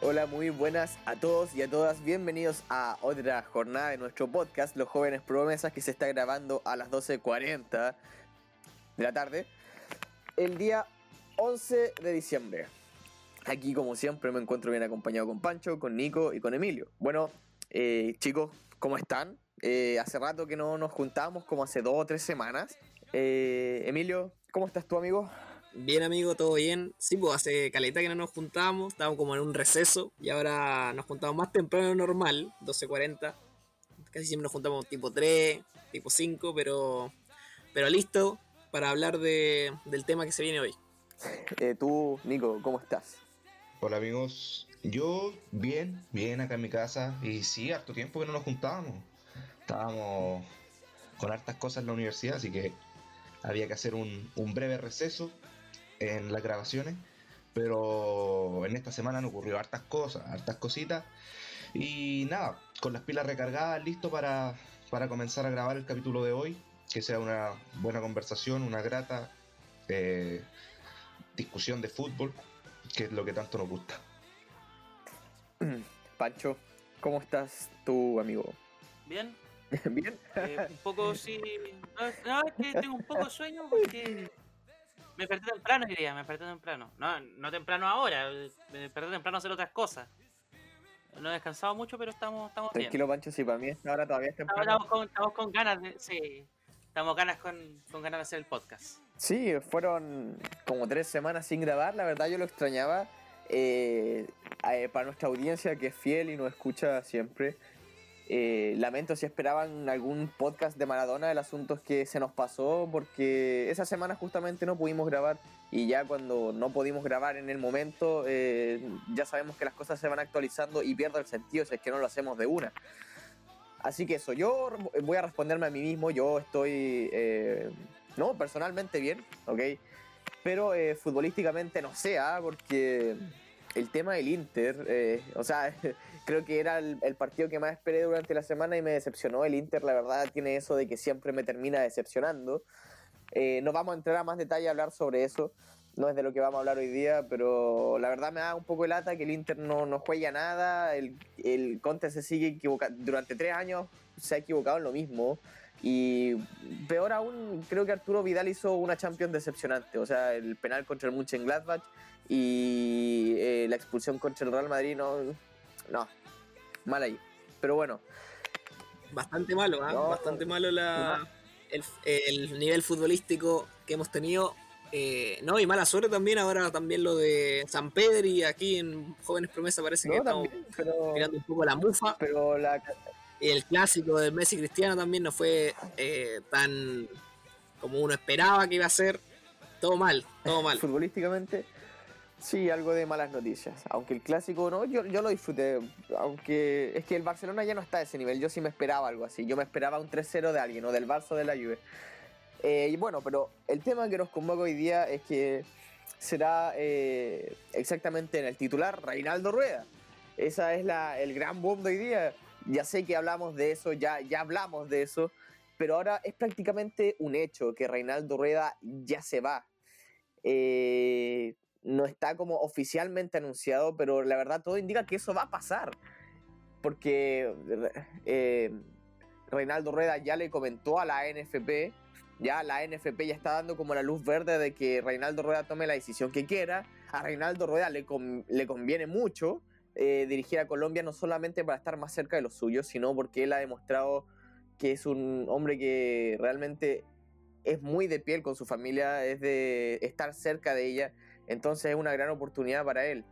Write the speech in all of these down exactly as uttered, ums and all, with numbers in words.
Hola, muy buenas a todos y a todas. Bienvenidos a otra jornada de nuestro podcast, Los Jóvenes Promesas, que se está grabando a las doce cuarenta de la tarde, el día once de diciembre. Aquí, como siempre, me encuentro bien acompañado con Pancho, con Nico y con Emilio. Bueno, eh, chicos, ¿cómo están? Eh, hace rato que no nos juntamos, como hace dos o tres semanas. Eh, Emilio, ¿cómo estás tú, amigo? Bien, amigo, todo bien. Sí, pues hace caleta que no nos juntábamos, estábamos como en un receso y ahora nos juntamos más temprano de lo normal, doce cuarenta. Casi siempre nos juntamos tipo tres, tipo cinco, pero, pero listo para hablar de, del tema que se viene hoy. Eh, tú, Nico, ¿cómo estás? Hola amigos, yo bien, bien acá en mi casa y sí, harto tiempo que no nos juntábamos. Estábamos con hartas cosas en la universidad, así que había que hacer un, un breve receso en las grabaciones, pero en esta semana han ocurrido hartas cosas, hartas cositas y nada, con las pilas recargadas, listo para, para comenzar a grabar el capítulo de hoy, que sea una buena conversación, una grata eh, discusión de fútbol, que es lo que tanto nos gusta. Pancho, ¿cómo estás tú, amigo? Bien. ¿Bien? Eh, un poco sí. No, no, es que tengo un poco de sueño porque me desperté temprano, diría, me desperté temprano. No, no temprano ahora, me desperté temprano a hacer otras cosas. No he descansado mucho, pero estamos, estamos bien. Tranquilo, Pancho, si para mí esta hora todavía es temprano. Estamos con, estamos con ganas de. Sí, estamos ganas con, con ganas de hacer el podcast. Sí, fueron como tres semanas sin grabar, la verdad yo lo extrañaba. Eh, eh, para nuestra audiencia que es fiel y nos escucha siempre, eh, lamento si esperaban algún podcast de Maradona. El asunto es que se nos pasó porque esa semana justamente no pudimos grabar, y ya cuando no pudimos grabar en el momento, eh, ya sabemos que las cosas se van actualizando y pierde el sentido si es que no lo hacemos de una. Así que eso, yo voy a responderme a mí mismo. Yo estoy, eh, no, personalmente bien, ¿ok? Pero eh, futbolísticamente no sé, ¿ah? Porque el tema del Inter, eh, o sea, creo que era el, el partido que más esperé durante la semana y me decepcionó. El Inter, la verdad, tiene eso de que siempre me termina decepcionando. Eh, no vamos a entrar a más detalle a hablar sobre eso, no es de lo que vamos a hablar hoy día, pero la verdad me da un poco de lata que el Inter no, no juega nada. El, el Conte se sigue equivocando, durante tres años se ha equivocado en lo mismo. Y peor aún, creo que Arturo Vidal hizo una Champions decepcionante. O sea, el penal contra el Mönchengladbach y eh, la expulsión contra el Real Madrid, no, no, mal ahí. Pero bueno. Bastante malo, ¿eh? No, Bastante malo la, el, el nivel futbolístico que hemos tenido. Eh, no, y mala suerte también ahora también lo de San Pedro, y aquí en Jóvenes Promesa parece no, que estamos también, pero, tirando un poco la mufa. Pero la... El clásico del Messi Cristiano también no fue eh, tan como uno esperaba que iba a ser. Todo mal, todo mal. Futbolísticamente, sí, algo de malas noticias. Aunque el clásico, no, yo, yo lo disfruté. Aunque es que el Barcelona ya no está a ese nivel. Yo sí me esperaba algo así. Yo me esperaba un tres cero de alguien, o del Barça o de la Juve. Eh, y bueno, pero el tema que nos convoca hoy día es que será eh, exactamente en el titular Reinaldo Rueda. Esa es la, el gran boom de hoy día. Ya sé que hablamos de eso, ya, ya hablamos de eso, pero ahora es prácticamente un hecho que Reinaldo Rueda ya se va. Eh, no está como oficialmente anunciado, pero la verdad todo indica que eso va a pasar. Porque eh, Reinaldo Rueda ya le comentó a la N F P, ya la N F P ya está dando como la luz verde de que Reinaldo Rueda tome la decisión que quiera. A Reinaldo Rueda le, con, le conviene mucho eh, dirigir a Colombia, no solamente para estar más cerca de los suyos, sino porque él ha demostrado que es un hombre que realmente es muy de piel con su familia, es de estar cerca de ella, entonces es una gran oportunidad para él.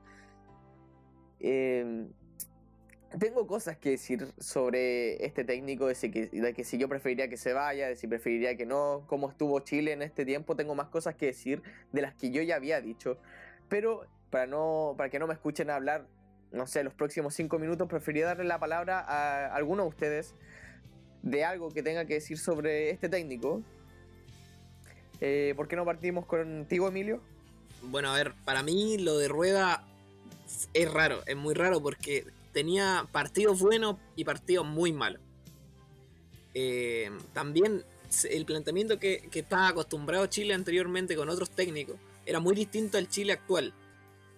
Eh, tengo cosas que decir sobre este técnico, de, si que, de que si yo preferiría que se vaya, de si preferiría que no, cómo estuvo Chile en este tiempo. Tengo más cosas que decir de las que yo ya había dicho, pero para, no, para que no me escuchen hablar, no sé, los próximos cinco minutos, preferiría darle la palabra a alguno de ustedes de algo que tenga que decir sobre este técnico. Eh, ¿Por qué no partimos contigo, Emilio? Bueno, a ver, para mí lo de Rueda es raro, es muy raro porque tenía partidos buenos y partidos muy malos. Eh, también el planteamiento que, que estaba acostumbrado Chile anteriormente con otros técnicos era muy distinto al Chile actual.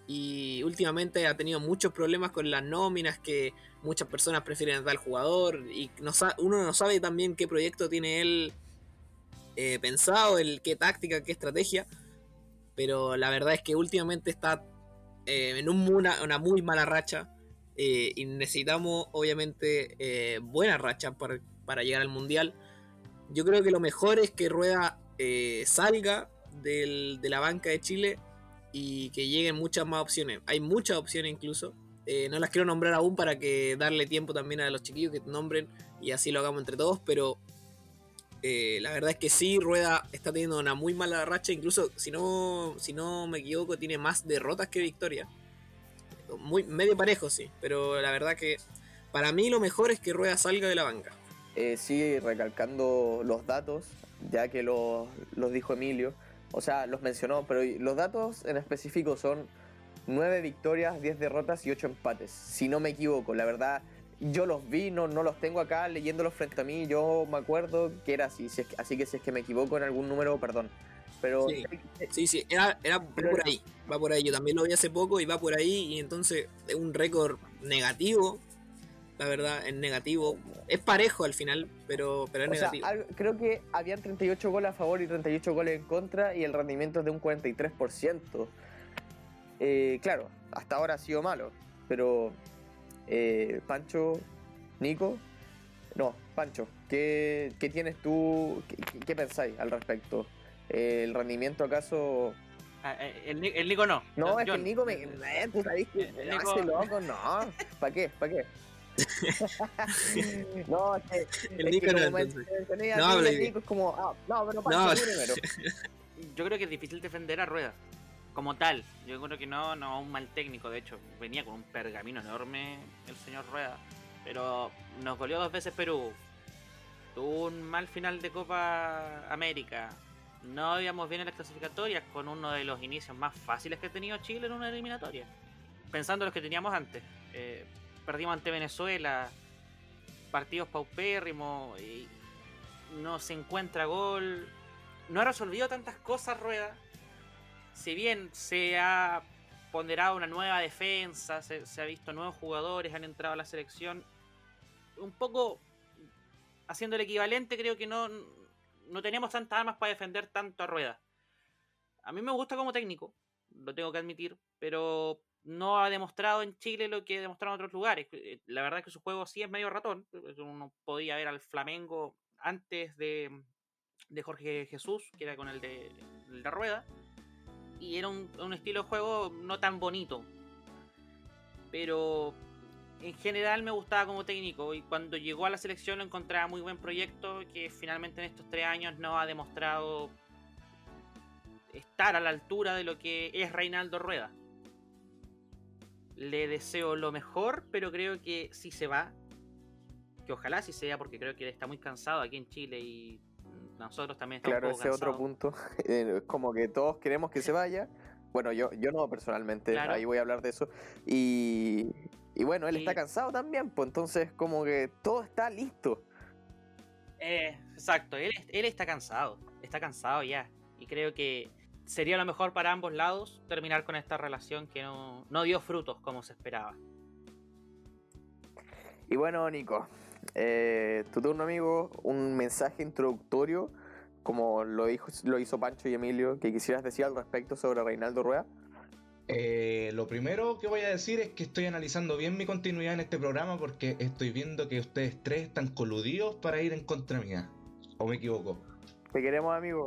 y últimamente ha tenido muchos problemas con las nóminas, que muchas personas prefieren a tal jugador y no sa- uno no sabe también qué proyecto tiene él eh, pensado, el, qué táctica, qué estrategia, pero la verdad es que últimamente está eh, en un, una, una muy mala racha eh, y necesitamos obviamente eh, buenas rachas para, para llegar al Mundial. Yo creo que lo mejor es que Rueda eh, salga del, de la banca de Chile y que lleguen muchas más opciones. Hay muchas opciones incluso. Eh, no las quiero nombrar aún para que darle tiempo también a los chiquillos que nombren y así lo hagamos entre todos, pero eh, la verdad es que sí, Rueda está teniendo una muy mala racha, incluso si no, si no me equivoco tiene más derrotas que victorias. Muy, medio parejo sí, pero la verdad que para mí lo mejor es que Rueda salga de la banca. Eh, sí, recalcando los datos, ya que los, los dijo Emilio, o sea, los mencionó, pero los datos en específico son nueve victorias, diez derrotas y ocho empates, si no me equivoco. La verdad, yo los vi, no, no los tengo acá leyéndolos frente a mí, yo me acuerdo que era así, si es que, así que si es que me equivoco en algún número, perdón. Pero sí, sí, sí, era, era va por ahí, va por ahí, yo también lo vi hace poco y va por ahí, y entonces es un récord negativo. La verdad, es negativo. Es parejo al final, pero, pero es o negativo. sea, algo- creo que habían treinta y ocho goles a favor y treinta y ocho goles en contra y el rendimiento es de un cuarenta y tres por ciento. Eh, claro, hasta ahora ha sido malo, pero eh, Pancho, Nico, no, Pancho, ¿qué, qué tienes tú, qué, qué- qué pensáis al respecto? Eh, ¿El rendimiento acaso? Ah, eh, el, Ni- el Nico no. No, es que John, el Nico me... eh, eh, tú sabés que el me Nico- hace loco, no, ¿para qué? ¿Para qué? No, es que, El es Nico que no, como me entonces. mencioné a No, ti, habla el bien. Nico es como, ah, no, pero Pancho, No. tú primero. Yo creo que es difícil defender a Rueda. Como tal, yo creo que no, no un mal técnico, de hecho, venía con un pergamino enorme el señor Rueda. Pero nos goleó dos veces Perú. Tuvo un mal final de Copa América. No íbamos bien en las clasificatorias con uno de los inicios más fáciles que ha tenido Chile en una eliminatoria. Pensando en los que teníamos antes. Eh, perdimos ante Venezuela, partidos paupérrimos, y no se encuentra gol. No ha resolvido tantas cosas Rueda. Si bien se ha ponderado una nueva defensa, se, se ha visto nuevos jugadores, han entrado a la selección, un poco haciendo el equivalente, creo que no, no tenemos tantas armas para defender tanto a Rueda. A mí me gusta como técnico, lo tengo que admitir, pero no ha demostrado en Chile lo que ha demostrado en otros lugares. La verdad es que su juego sí es medio ratón. Uno podía ver al Flamengo antes de, de Jorge Jesús, que era con el de, el de Rueda, y era un, un estilo de juego no tan bonito, pero en general me gustaba como técnico, y cuando llegó a la selección lo encontraba muy buen proyecto, que finalmente en estos tres años no ha demostrado estar a la altura de lo que es Reinaldo Rueda. Le deseo lo mejor, pero creo que si se va, que ojalá sí sea, porque creo que él está muy cansado aquí en Chile y nosotros también estamos Claro, un poco ese otro cansados. punto. Eh, Es como que todos queremos que se vaya. Bueno, yo, yo no personalmente, Claro. ahí voy a hablar de eso. Y, y bueno, él Y- está cansado también, pues entonces como que todo está listo. Eh, exacto, él, él está cansado, está cansado ya. Y creo que sería lo mejor para ambos lados terminar con esta relación que no, no dio frutos como se esperaba. Y bueno, Nico, eh, tu turno, amigo, un mensaje introductorio, como lo hizo, lo hizo Pancho y Emilio, que quisieras decir al respecto sobre Reinaldo Rueda. Eh, lo primero que voy a decir es que estoy analizando bien mi continuidad en este programa porque estoy viendo que ustedes tres están coludidos para ir en contra mía. ¿O me equivoco? Te queremos, amigo.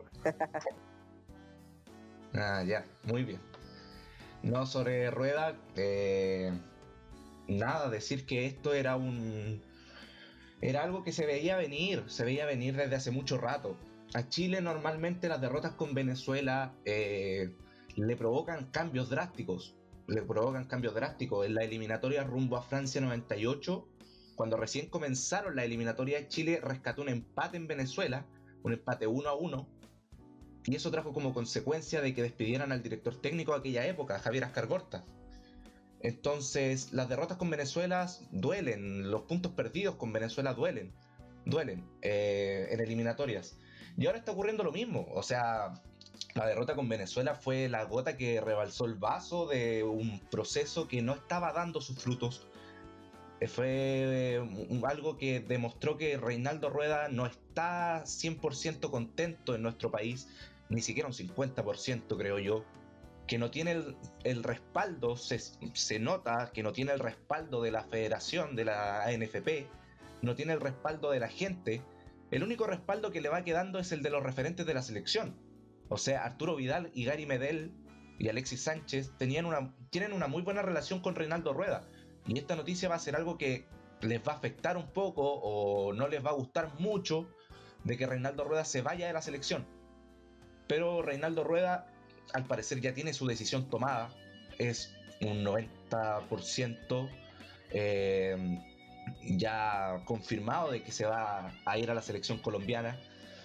Ah, ya, muy bien. No, sobre Rueda, eh, nada, decir que esto era un... Era algo que se veía venir, se veía venir desde hace mucho rato. A Chile normalmente las derrotas con Venezuela eh, le provocan cambios drásticos. Le provocan cambios drásticos. En la eliminatoria rumbo a Francia noventa y ocho, cuando recién comenzaron la eliminatoria, Chile rescató un empate en Venezuela, un empate uno a uno, y eso trajo como consecuencia de que despidieran al director técnico de aquella época, Javier Ascargorta. Entonces, las derrotas con Venezuela duelen, los puntos perdidos con Venezuela duelen, duelen eh, en eliminatorias. Y ahora está ocurriendo lo mismo, o sea, La derrota con Venezuela fue la gota que rebalsó el vaso de un proceso que no estaba dando sus frutos. Fue algo que demostró que Reinaldo Rueda no está cien por ciento contento en nuestro país, ni siquiera un cincuenta por ciento creo yo, que no tiene el, el respaldo, se, se nota que no tiene el respaldo de la federación, de la A N F P, no tiene el respaldo de la gente. El único respaldo que le va quedando es el de los referentes de la selección. O sea, Arturo Vidal y Gary Medel y Alexis Sánchez tenían una, tienen una muy buena relación con Reinaldo Rueda. Y esta noticia va a ser algo que les va a afectar un poco o no les va a gustar mucho de que Reinaldo Rueda se vaya de la selección. Pero Reinaldo Rueda, al parecer, ya tiene su decisión tomada. Es un noventa por ciento eh, ya confirmado de que se va a ir a la selección colombiana.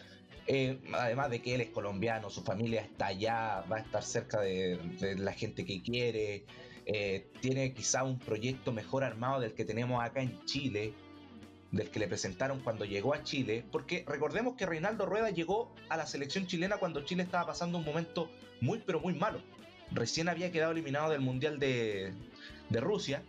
Eh, además de que él es colombiano, su familia está allá, va a estar cerca de, de la gente que quiere. Eh, tiene quizá un proyecto mejor armado del que tenemos acá en Chile, del que le presentaron cuando llegó a Chile, porque recordemos que Reinaldo Rueda llegó a la selección chilena cuando Chile estaba pasando un momento muy pero muy malo. Recién había quedado eliminado del Mundial de, de Rusia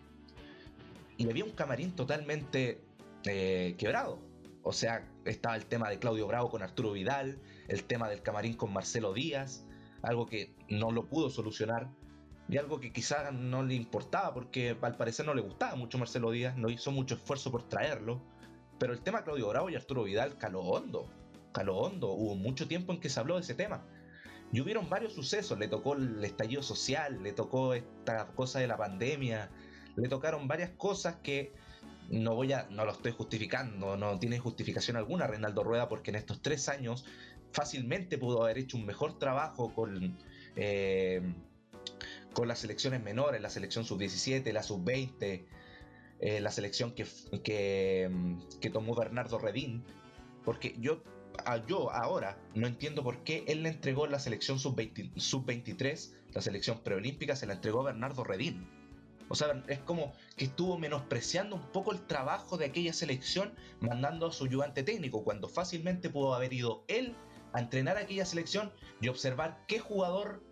y había un camarín totalmente eh, quebrado. O sea, estaba el tema de Claudio Bravo con Arturo Vidal, el tema del camarín con Marcelo Díaz, algo que no lo pudo solucionar. Y algo que quizás no le importaba, porque al parecer no le gustaba mucho Marcelo Díaz, no hizo mucho esfuerzo por traerlo. Pero el tema Claudio Bravo y Arturo Vidal caló hondo, caló hondo. Hubo mucho tiempo en que se habló de ese tema. Y hubieron varios sucesos, le tocó el estallido social, le tocó esta cosa de la pandemia, le tocaron varias cosas que no voy a, no lo estoy justificando, no tiene justificación alguna Reinaldo Rueda, porque en estos tres años fácilmente pudo haber hecho un mejor trabajo con... Eh, con las selecciones menores, la selección sub diecisiete, la sub veinte, eh, la selección que, que, que tomó Bernardo Redín, porque yo, yo ahora no entiendo por qué él le entregó la selección sub veinte, sub veintitrés, la selección preolímpica, se la entregó a Bernardo Redín. O sea, es como que estuvo menospreciando un poco el trabajo de aquella selección, mandando a su ayudante técnico, cuando fácilmente pudo haber ido él a entrenar a aquella selección y observar qué jugador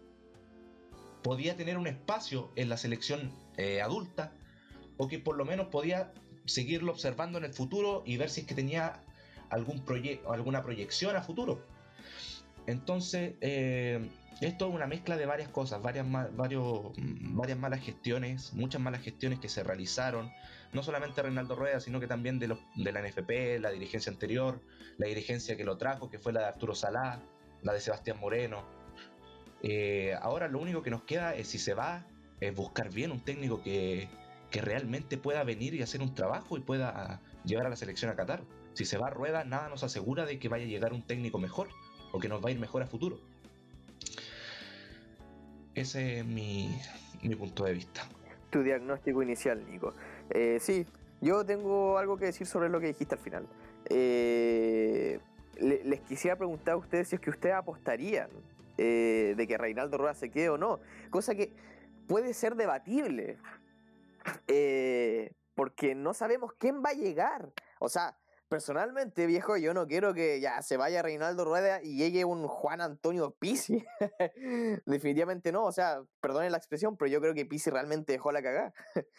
podía tener un espacio en la selección eh, adulta, o que por lo menos podía seguirlo observando en el futuro y ver si es que tenía algún proyecto, alguna proyección a futuro. Entonces, eh, esto es una mezcla de varias cosas, varias, ma- varios, varias malas gestiones, muchas malas gestiones que se realizaron, no solamente Reinaldo Rueda, sino que también de, los, de la N F P, la dirigencia anterior, la dirigencia que lo trajo, que fue la de Arturo Salá, la de Sebastián Moreno. Eh, ahora lo único que nos queda es, si se va, es buscar bien un técnico que, que realmente pueda venir y hacer un trabajo y pueda llevar a la selección a Qatar. Si se va Rueda, nada nos asegura de que vaya a llegar un técnico mejor o que nos va a ir mejor a futuro. Ese es mi, mi punto de vista. Tu diagnóstico inicial, Nico. Eh, sí, yo tengo algo que decir sobre lo que dijiste al final. Eh, le- les quisiera preguntar a ustedes si es que ustedes apostarían eh, de que Reinaldo Rueda se quede o no, cosa que puede ser debatible, eh, porque no sabemos quién va a llegar. O sea, personalmente, viejo, yo no quiero que ya se vaya Reinaldo Rueda y llegue un Juan Antonio Pizzi. Definitivamente no, o sea, perdonen la expresión, pero yo creo que Pizzi realmente dejó la cagada.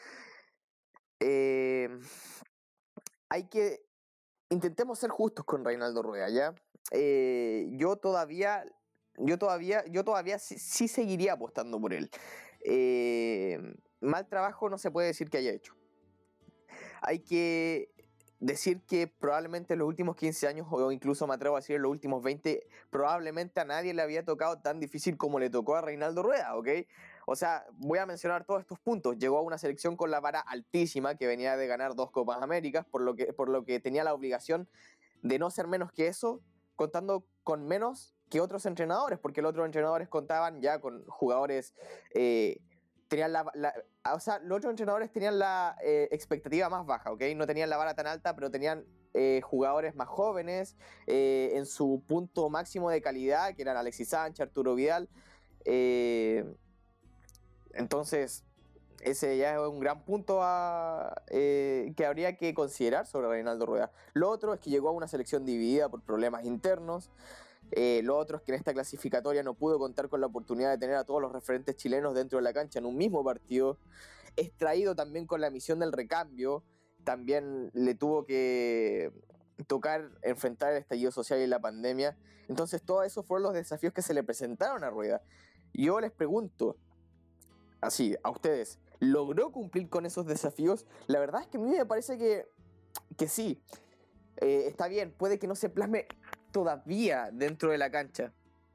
Eh, hay que... Intentemos ser justos con Reinaldo Rueda, ¿ya? Eh, yo todavía... Yo todavía, yo todavía sí, sí seguiría apostando por él. Eh, mal trabajo no se puede decir que haya hecho. Hay que decir que probablemente en los últimos quince años, o incluso me atrevo a decir en los últimos veinte, probablemente a nadie le había tocado tan difícil como le tocó a Reinaldo Rueda, ¿ok? O sea, voy a mencionar todos estos puntos. Llegó a una selección con la vara altísima, que venía de ganar dos Copas Américas, por lo que, por lo que tenía la obligación de no ser menos que eso, contando con menos que otros entrenadores, porque los otros entrenadores contaban ya con jugadores... Eh, tenían la, la, o sea, los otros entrenadores tenían la eh, expectativa más baja, ¿ok? No tenían la vara tan alta, pero tenían eh, jugadores más jóvenes, eh, en su punto máximo de calidad, que eran Alexis Sánchez, Arturo Vidal. Eh, entonces, ese ya es un gran punto a, eh, que habría que considerar sobre Reinaldo Rueda. Lo otro es que llegó a una selección dividida por problemas internos, Eh, lo otro es que en esta clasificatoria no pudo contar con la oportunidad de tener a todos los referentes chilenos dentro de la cancha en un mismo partido. Extraído también con la misión del recambio, también le tuvo que tocar enfrentar el estallido social y la pandemia. Entonces todos esos fueron los desafíos que se le presentaron a Rueda. Yo les pregunto, así, a ustedes, ¿logró cumplir con esos desafíos? La verdad es que a mí me parece que, que sí. Eh, está bien, puede que no se plasme todavía dentro de la cancha.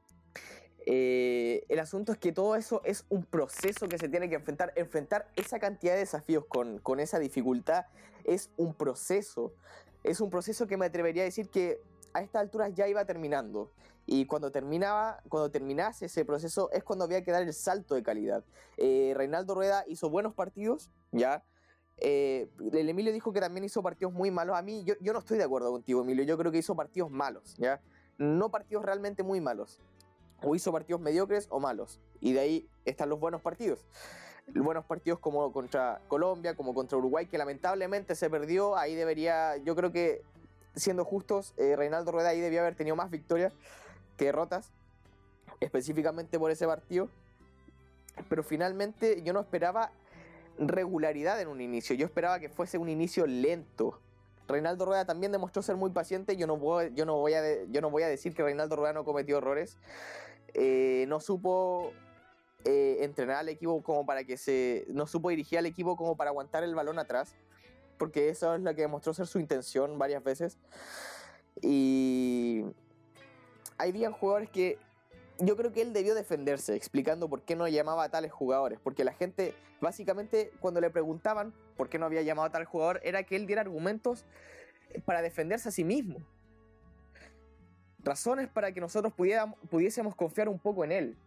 Eh, el asunto es que todo eso es un proceso que se tiene que enfrentar. Enfrentar esa cantidad de desafíos con, con esa dificultad es un proceso. Es un proceso que me atrevería a decir que a estas alturas ya iba terminando. Y cuando terminaba, cuando terminase ese proceso es cuando había que dar el salto de calidad. Eh, Reinaldo Rueda hizo buenos partidos, ya. Eh, el Emilio dijo que también hizo partidos muy malos. A mí, yo, yo no estoy de acuerdo contigo, Emilio. Yo creo que hizo partidos malos, ya. No partidos realmente muy malos. O hizo partidos mediocres o malos. Y de ahí están los buenos partidos. Buenos partidos como contra Colombia, como contra Uruguay, que lamentablemente se perdió. Ahí debería, yo creo que, siendo justos, eh, Reinaldo Rueda ahí debía haber tenido más victorias que derrotas, específicamente por ese partido. Pero finalmente yo no esperaba regularidad en un inicio. Yo esperaba que fuese un inicio lento. Reinaldo Rueda también demostró ser muy paciente. Yo no voy, yo no voy, a, de, yo no voy a decir que Reinaldo Rueda no cometió errores. Eh, no supo eh, entrenar al equipo como para que se... No supo dirigir al equipo como para aguantar el balón atrás. Porque eso es lo que demostró ser su intención varias veces. Y... hay bien jugadores que... yo creo que él debió defenderse explicando por qué no llamaba a tales jugadores. Porque la gente, básicamente, cuando le preguntaban por qué no había llamado a tal jugador, era que él diera argumentos para defenderse a sí mismo. Razones para que nosotros pudiéramos, pudiésemos confiar un poco en él.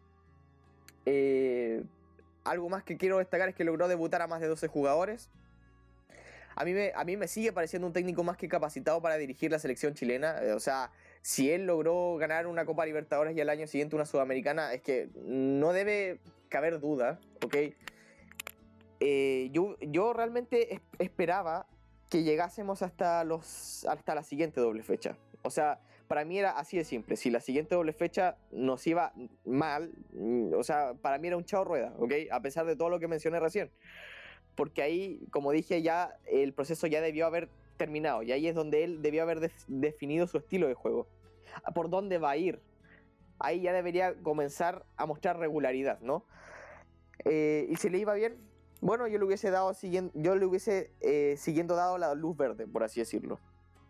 Eh, algo más que quiero destacar es que logró debutar a más de doce jugadores. A mí, me, a mí me sigue pareciendo un técnico más que capacitado para dirigir la selección chilena. Eh, o sea, si él logró ganar una Copa Libertadores y al año siguiente una Sudamericana, es que no debe caber duda, ¿ok? Eh, yo, yo realmente es, esperaba que llegásemos hasta, los, hasta la siguiente doble fecha. O sea, para mí era así de simple. Si la siguiente doble fecha nos iba mal, o sea, para mí era un chao Rueda, ¿ok? A pesar de todo lo que mencioné recién. Porque ahí, como dije, ya el proceso ya debió haber terminado. Y ahí es donde él debió haber de- definido su estilo de juego. Por dónde va a ir. Ahí ya debería comenzar a mostrar regularidad, ¿no? Eh, y si le iba bien, bueno, yo le hubiese dado siguiendo, yo le hubiese eh, siguiendo dado la luz verde, por así decirlo.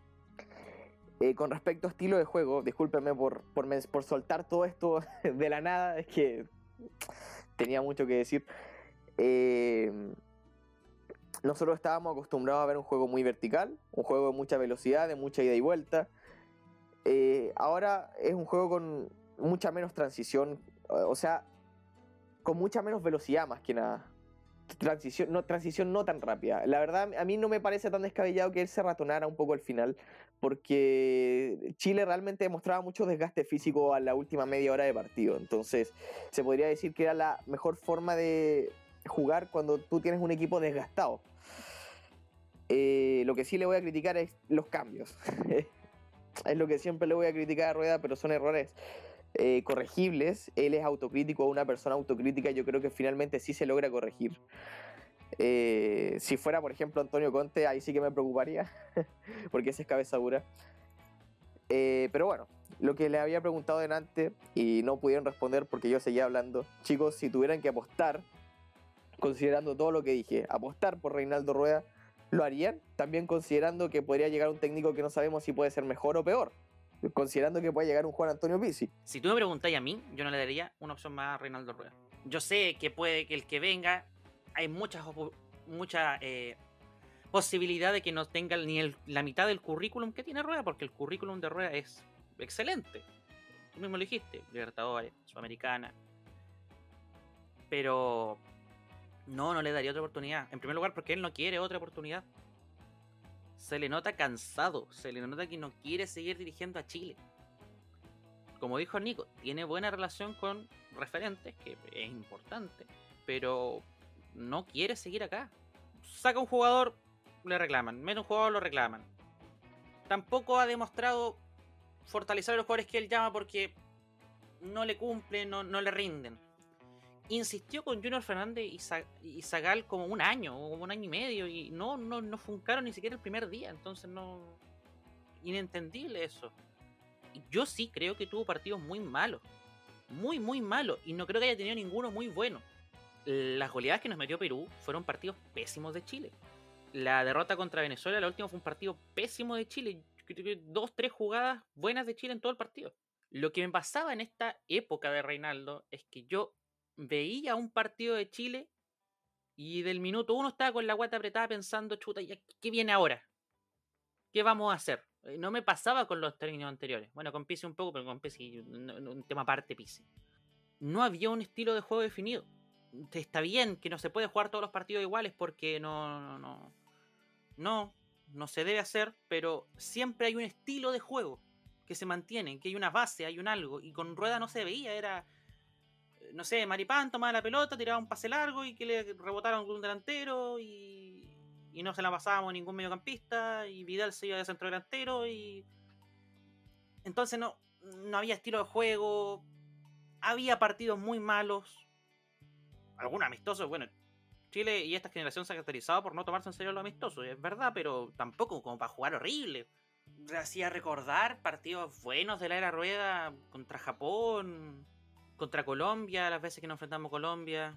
Eh, con respecto a estilo de juego, discúlpenme por, por, me- por soltar todo esto de la nada, es que tenía mucho que decir. Eh, nosotros estábamos acostumbrados a ver un juego muy vertical, un juego de mucha velocidad, de mucha ida y vuelta. Eh, ahora es un juego con mucha menos transición, o sea, con mucha menos velocidad más que nada. Transición no, transición no tan rápida. La verdad, a mí no me parece tan descabellado que él se ratonara un poco al final, porque Chile realmente demostraba mucho desgaste físico a la última media hora de partido. Entonces, se podría decir que era la mejor forma de jugar cuando tú tienes un equipo desgastado. Eh, lo que sí le voy a criticar es los cambios. Es lo que siempre le voy a criticar a Rueda, pero son errores eh, corregibles. Él es autocrítico, una persona autocrítica. Yo creo que finalmente sí se logra corregir. Eh, si fuera, por ejemplo, Antonio Conte, ahí sí que me preocuparía, porque ese es cabeza dura. Eh, pero bueno, lo que le había preguntado delante y no pudieron responder porque yo seguía hablando. Chicos, si tuvieran que apostar, considerando todo lo que dije, apostar por Reinaldo Rueda, ¿lo harían? También considerando que podría llegar un técnico que no sabemos si puede ser mejor o peor. Considerando que puede llegar un Juan Antonio Pizzi. Si tú me preguntáis a mí, yo no le daría una opción más a Reinaldo Rueda. Yo sé que puede que el que venga, hay muchas mucha, eh, posibilidad de que no tenga ni el, la mitad del currículum que tiene Rueda, porque el currículum de Rueda es excelente. Tú mismo lo dijiste, Libertadores, Sudamericana. Pero no, no le daría otra oportunidad. En primer lugar, porque él no quiere otra oportunidad. Se le nota cansado, se le nota que no quiere seguir dirigiendo a Chile. Como dijo Nico, tiene buena relación con referentes, que es importante, pero no quiere seguir acá. Saca un jugador, le reclaman. Mete un jugador, lo reclaman. Tampoco ha demostrado fortalecer a los jugadores que él llama porque no le cumplen, no, no le rinden. Insistió con Junior Fernández y, Za- y Zagal como un año, o como un año y medio, y no, no, no funcaron ni siquiera el primer día, entonces no... Inentendible eso. Y yo sí creo que tuvo partidos muy malos, muy, muy malos, y no creo que haya tenido ninguno muy bueno. Las goleadas que nos metió Perú fueron partidos pésimos de Chile. La derrota contra Venezuela, la última, fue un partido pésimo de Chile. Creo que dos, tres jugadas buenas de Chile en todo el partido. Lo que me pasaba en esta época de Reinaldo es que yo veía un partido de Chile y del minuto uno estaba con la guata apretada pensando, chuta, ¿ya ¿qué viene ahora? ¿Qué vamos a hacer? Eh, No me pasaba con los términos anteriores. Bueno, con Pizzi un poco, pero con Pizzi, no- no- un tema aparte Pizzi. No había un estilo de juego definido. Está bien que no se puede jugar todos los partidos iguales porque no, no, no, no, no se debe hacer, pero siempre hay un estilo de juego que se mantiene, que hay una base, hay un algo, y con Rueda no se veía, era, eh, no sé, Maripán tomaba la pelota, tiraba un pase largo y que le rebotaron con un delantero y, y no se la pasábamos a ningún mediocampista y Vidal se iba de centro delantero y entonces no, no había estilo de juego, había partidos muy malos, algunos amistosos, bueno, Chile y esta generación se ha caracterizado por no tomarse en serio lo amistoso, es verdad, pero tampoco como para jugar horrible. Hacía recordar partidos buenos de la era Rueda contra Japón, contra Colombia, las veces que nos enfrentamos a Colombia,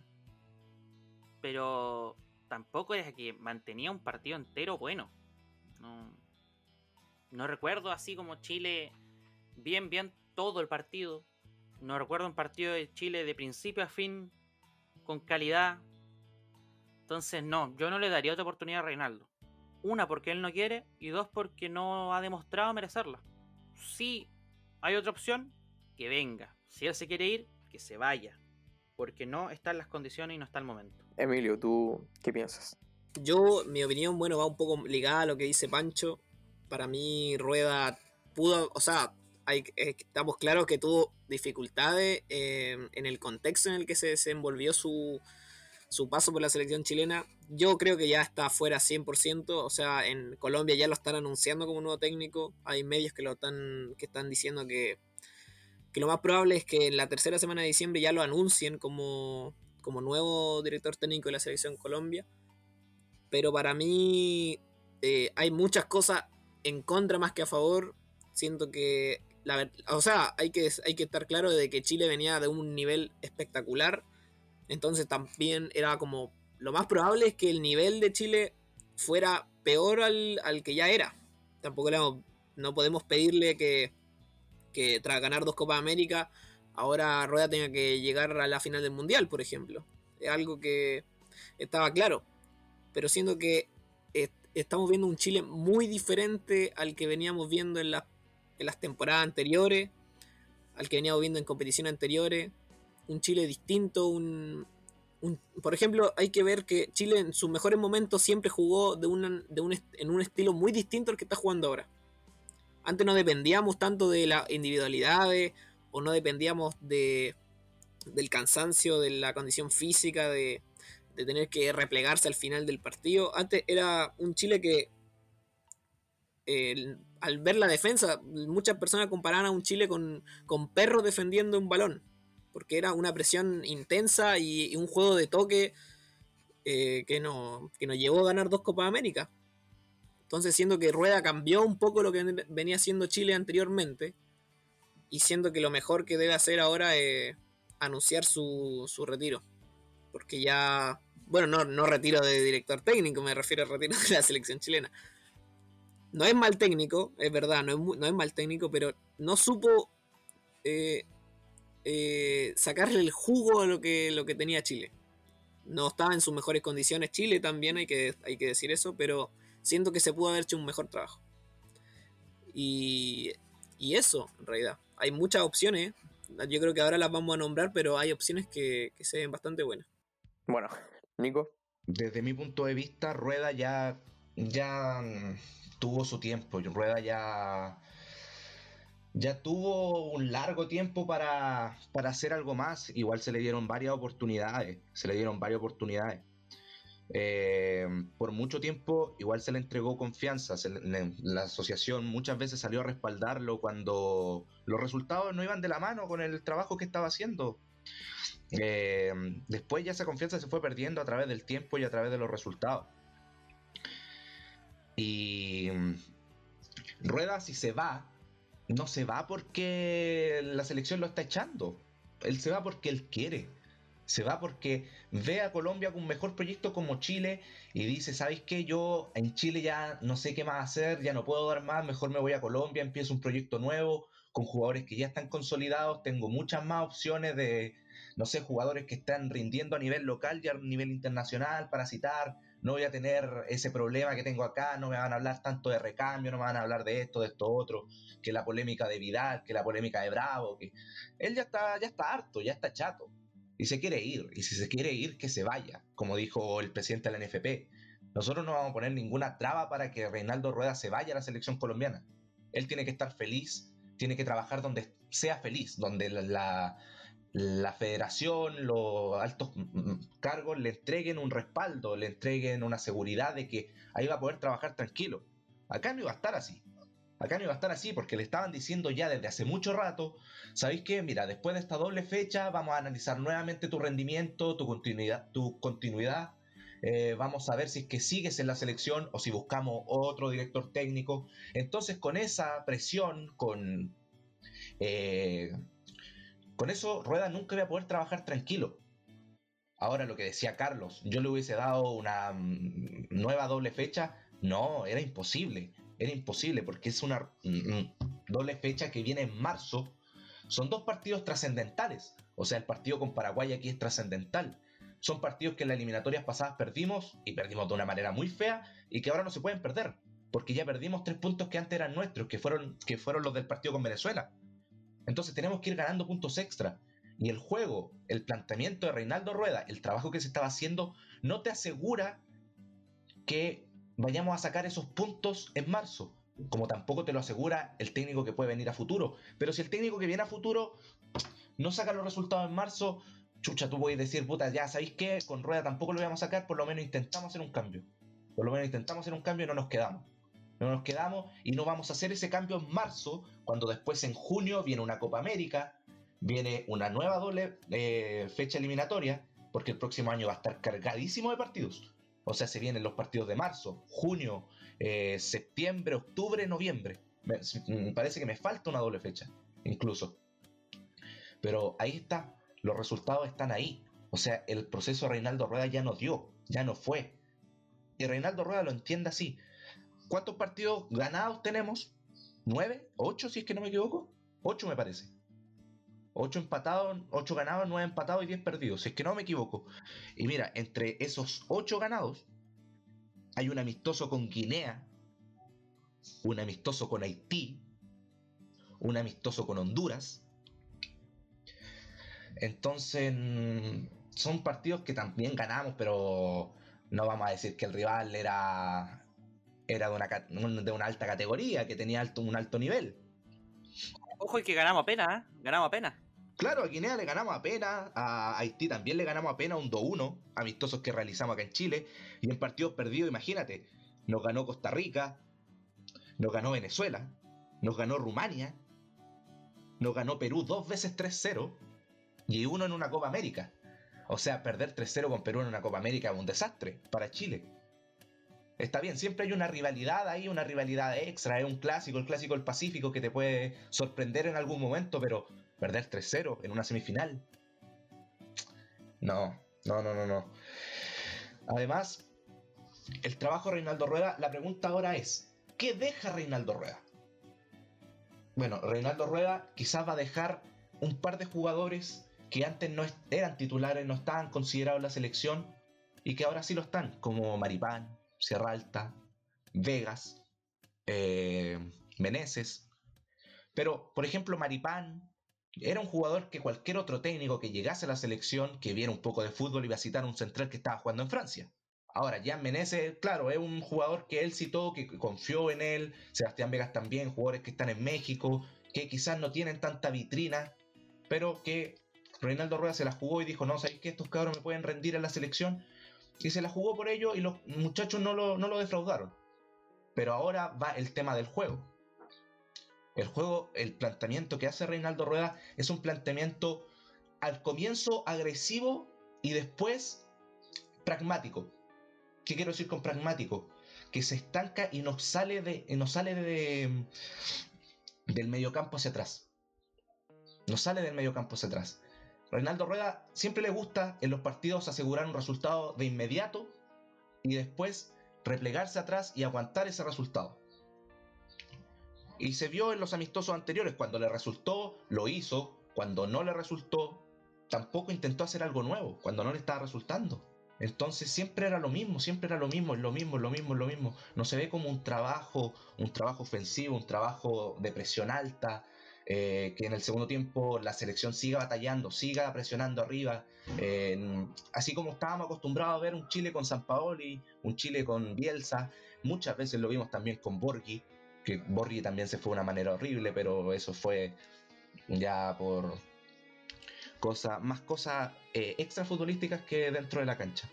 pero tampoco era que mantenía un partido entero bueno. No, no recuerdo así como Chile bien, bien todo el partido. No recuerdo un partido de Chile de principio a fin con calidad. Entonces no, yo no le daría otra oportunidad a Reinaldo. Una, porque él no quiere, y dos, porque no ha demostrado merecerla. Si hay otra opción, que venga. Si él se quiere ir, que se vaya. Porque no están las condiciones y no está el momento. Emilio, ¿tú qué piensas? Yo, mi opinión, bueno, va un poco ligada a lo que dice Pancho. Para mí, Rueda pudo, o sea, hay, eh, estamos claros que tuvo dificultades eh, en el contexto en el que se desenvolvió su, su paso por la selección chilena. Yo creo que ya está fuera cien por ciento, o sea, en Colombia ya lo están anunciando como nuevo técnico. Hay medios que lo están, que están diciendo que, que lo más probable es que en la tercera semana de diciembre ya lo anuncien como, como nuevo director técnico de la selección Colombia. Pero para mí eh, hay muchas cosas en contra más que a favor. Siento que, la, o sea, hay que, hay que estar claro de que Chile venía de un nivel espectacular. Entonces también era como, lo más probable es que el nivel de Chile fuera peor al, al que ya era. Tampoco le, no podemos pedirle que, que tras ganar dos Copas América, ahora Rueda tenga que llegar a la final del Mundial, por ejemplo. Es algo que estaba claro. Pero siento que eh, estamos viendo un Chile muy diferente al que veníamos viendo en, la, en las temporadas anteriores, al que veníamos viendo en competiciones anteriores. Un Chile distinto, un, un, por ejemplo, hay que ver que Chile en sus mejores momentos siempre jugó de una, de un, en un estilo muy distinto al que está jugando ahora. Antes no dependíamos tanto de las individualidades o no dependíamos de, del cansancio, de la condición física, de, de tener que replegarse al final del partido. Antes era un Chile que eh, al ver la defensa, muchas personas comparaban a un Chile con, con perros defendiendo un balón, porque era una presión intensa y, y un juego de toque eh, que, no, que nos llevó a ganar dos Copas América. Entonces siento que Rueda cambió un poco lo que venía haciendo Chile anteriormente, y siento que lo mejor que debe hacer ahora es anunciar su, su retiro, porque ya, bueno, no, no retiro de director técnico, me refiero al retiro de la selección chilena. No es mal técnico, es verdad, no es, no es mal técnico, pero no supo eh, eh, sacarle el jugo a lo que, lo que tenía Chile. No estaba en sus mejores condiciones Chile también, hay que, hay que decir eso, pero siento que se pudo haber hecho un mejor trabajo. Y, y eso, en realidad. Hay muchas opciones, yo creo que ahora las vamos a nombrar, pero hay opciones que, que se ven bastante buenas. Bueno, Nico. Desde mi punto de vista, Rueda ya, ya tuvo su tiempo. Rueda ya, ya tuvo un largo tiempo para, para hacer algo más. Igual se le dieron varias oportunidades. Se le dieron varias oportunidades. Eh, por mucho tiempo igual se le entregó confianza, se le, la asociación muchas veces salió a respaldarlo cuando los resultados no iban de la mano con el trabajo que estaba haciendo. Eh, después ya esa confianza se fue perdiendo a través del tiempo y a través de los resultados. Y Rueda, si se va, no se va porque la selección lo está echando. Él se va porque él quiere. Se va porque ve a Colombia con un mejor proyecto como Chile y dice, ¿sabéis qué? Yo en Chile ya no sé qué más hacer, ya no puedo dar más, mejor me voy a Colombia, empiezo un proyecto nuevo con jugadores que ya están consolidados, tengo muchas más opciones de, no sé, jugadores que están rindiendo a nivel local y a nivel internacional para citar, no voy a tener ese problema que tengo acá, no me van a hablar tanto de recambio, no me van a hablar de esto, de esto otro, que la polémica de Vidal, que la polémica de Bravo, que él ya está, ya está harto, ya está chato. Y se quiere ir, y si se quiere ir, que se vaya, como dijo el presidente de la N F P. Nosotros no vamos a poner ninguna traba para que Reinaldo Rueda se vaya a la selección colombiana. Él tiene que estar feliz, tiene que trabajar donde sea feliz, donde la, la, la federación, los altos cargos le entreguen un respaldo, le entreguen una seguridad de que ahí va a poder trabajar tranquilo. Acá no iba a estar así. Acá no iba a estar así porque le estaban diciendo ya desde hace mucho rato, ¿sabéis qué? Mira, después de esta doble fecha vamos a analizar nuevamente tu rendimiento, tu continuidad, tu continuidad. Eh, vamos a ver si es que sigues en la selección o si buscamos otro director técnico. Entonces con esa presión, con, eh, con eso Rueda nunca iba a poder trabajar tranquilo. Ahora lo que decía Carlos, yo le hubiese dado una mm, nueva doble fecha, no, era imposible. Era imposible porque es una mm, doble fecha que viene en marzo. Son dos partidos trascendentales. O sea, el partido con Paraguay aquí es trascendental. Son partidos que en las eliminatorias pasadas perdimos y perdimos de una manera muy fea y que ahora no se pueden perder. Porque ya perdimos tres puntos que antes eran nuestros, que fueron, que fueron los del partido con Venezuela. Entonces tenemos que ir ganando puntos extra. Y el juego, el planteamiento de Reinaldo Rueda, el trabajo que se estaba haciendo, no te asegura que vayamos a sacar esos puntos en marzo, como tampoco te lo asegura el técnico que puede venir a futuro. Pero si el técnico que viene a futuro no saca los resultados en marzo, chucha, tú puedes decir, puta, ya sabéis que con Rueda tampoco lo vamos a sacar, por lo menos intentamos hacer un cambio. Por lo menos intentamos hacer un cambio y no nos quedamos. No nos quedamos y no vamos a hacer ese cambio en marzo, cuando después en junio viene una Copa América, viene una nueva doble eh, fecha eliminatoria, porque el próximo año va a estar cargadísimo de partidos. O sea, se vienen los partidos de marzo, junio, eh, septiembre, octubre, noviembre. Me, me parece que me falta una doble fecha, incluso. Pero ahí está, los resultados están ahí. O sea, el proceso de Reinaldo Rueda ya no dio, ya no fue. Y Reinaldo Rueda lo entiende así. ¿Cuántos partidos ganados tenemos? ¿Nueve? ¿Ocho, si es que no me equivoco? Ocho me parece. Ocho empatados, ocho ganados, nueve empatados y diez perdidos, si es que no me equivoco. Y mira, entre esos ocho ganados hay un amistoso con Guinea, un amistoso con Haití, un amistoso con Honduras. Entonces son partidos que también ganamos, pero no vamos a decir que el rival era, era de, una, de una alta categoría, que tenía alto, un alto nivel. Ojo, y que ganamos apenas, ¿eh? Ganamos apenas. Claro, a Guinea le ganamos apenas, a Haití también le ganamos apenas un dos uno, amistosos que realizamos acá en Chile, y en partidos perdidos, imagínate, nos ganó Costa Rica, nos ganó Venezuela, nos ganó Rumania, nos ganó Perú dos veces tres cero, y uno en una Copa América. O sea, perder tres cero con Perú en una Copa América es un desastre para Chile. Está bien, siempre hay una rivalidad ahí, una rivalidad extra, es un clásico, el clásico del Pacífico que te puede sorprender en algún momento, pero perder tres cero en una semifinal, no, no, no, no, no. Además, el trabajo de Reinaldo Rueda, la pregunta ahora es, ¿qué deja Reinaldo Rueda? Bueno, Reinaldo Rueda quizás va a dejar un par de jugadores que antes no eran titulares, no estaban considerados en la selección y que ahora sí lo están, como Maripán, Sierra Alta, Vegas, eh, Meneses. Pero, por ejemplo, Maripán era un jugador que cualquier otro técnico que llegase a la selección, que viera un poco de fútbol, iba a citar un central que estaba jugando en Francia. Ahora, Jan Meneses, claro, es un jugador que él citó, que confió en él. Sebastián Vegas también, jugadores que están en México, que quizás no tienen tanta vitrina, pero que Reinaldo Rueda se la jugó y dijo, no, ¿sabéis que estos cabros me pueden rendir en la selección? y se la jugó por ello y los muchachos no lo, no lo defraudaron. Pero ahora va el tema del juego. El juego, el planteamiento que hace Reinaldo Rueda es un planteamiento al comienzo agresivo y después pragmático. ¿Qué quiero decir con pragmático? Que se estanca y no sale, de, no sale de, del mediocampo hacia atrás. No sale del mediocampo hacia atrás. Reinaldo Rueda siempre le gusta en los partidos asegurar un resultado de inmediato y después replegarse atrás y aguantar ese resultado. Y se vio en los amistosos anteriores, cuando le resultó, lo hizo, cuando no le resultó, tampoco intentó hacer algo nuevo, cuando no le estaba resultando. Entonces siempre era lo mismo, siempre era lo mismo, es lo mismo, es lo mismo, es lo mismo. No se ve como un trabajo, un trabajo ofensivo, un trabajo de presión alta, eh, que en el segundo tiempo la selección siga batallando, siga presionando arriba, eh, así como estábamos acostumbrados a ver un Chile con Sampaoli, un Chile con Bielsa. Muchas veces lo vimos también con Borghi, que Borghi también se fue de una manera horrible, pero eso fue ya por cosa, más cosas eh, extra futbolísticas que dentro de la cancha.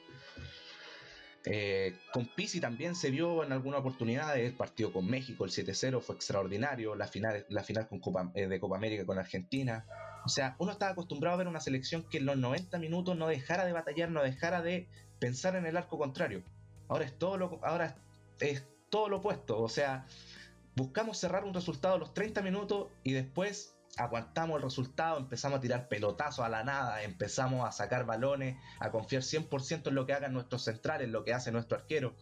Eh, con Pizzi también se vio en alguna oportunidad. El partido con México, el siete cero, fue extraordinario. La final, la final con Copa, eh, de Copa América con Argentina. O sea, uno estaba acostumbrado a ver una selección que en los noventa minutos no dejara de batallar, no dejara de pensar en el arco contrario. Ahora es todo lo, ahora es todo lo opuesto. O sea, buscamos cerrar un resultado a los treinta minutos y después aguantamos el resultado, empezamos a tirar pelotazos a la nada, empezamos a sacar balones, a confiar cien por ciento en lo que hagan nuestros centrales, en lo que hace nuestro arquero.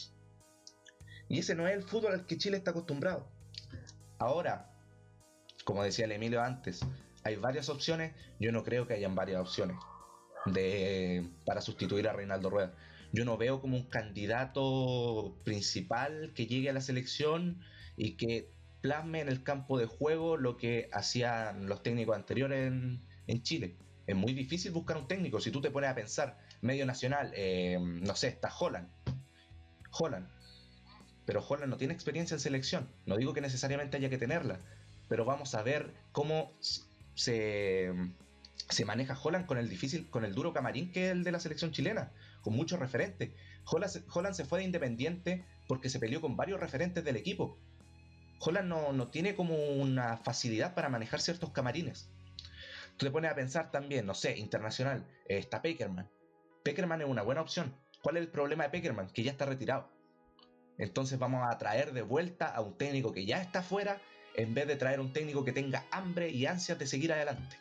Y ese no es el fútbol al que Chile está acostumbrado. Ahora, como decía el Emilio antes, hay varias opciones. Yo no creo que hayan varias opciones de, para sustituir a Reinaldo Rueda. Yo no veo como un candidato principal que llegue a la selección y que plasme en el campo de juego lo que hacían los técnicos anteriores en, en Chile. Es muy difícil buscar un técnico. Si tú te pones a pensar, medio nacional, eh, no sé, está Holland. Holland. Pero Holland no tiene experiencia en selección. No digo que necesariamente haya que tenerla, pero vamos a ver cómo se, se maneja Holland con el difícil, con el duro camarín que es el de la selección chilena, con muchos referentes. Holland, Holland se fue de Independiente porque se peleó con varios referentes del equipo. Holland no, no tiene como una facilidad para manejar ciertos camarines. Tú te pones a pensar también, no sé, internacional, eh, está Pekerman. Pekerman es una buena opción. ¿Cuál es el problema de Pekerman? Que ya está retirado. Entonces vamos a traer de vuelta a un técnico que ya está fuera, en vez de traer un técnico que tenga hambre y ansias de seguir adelante.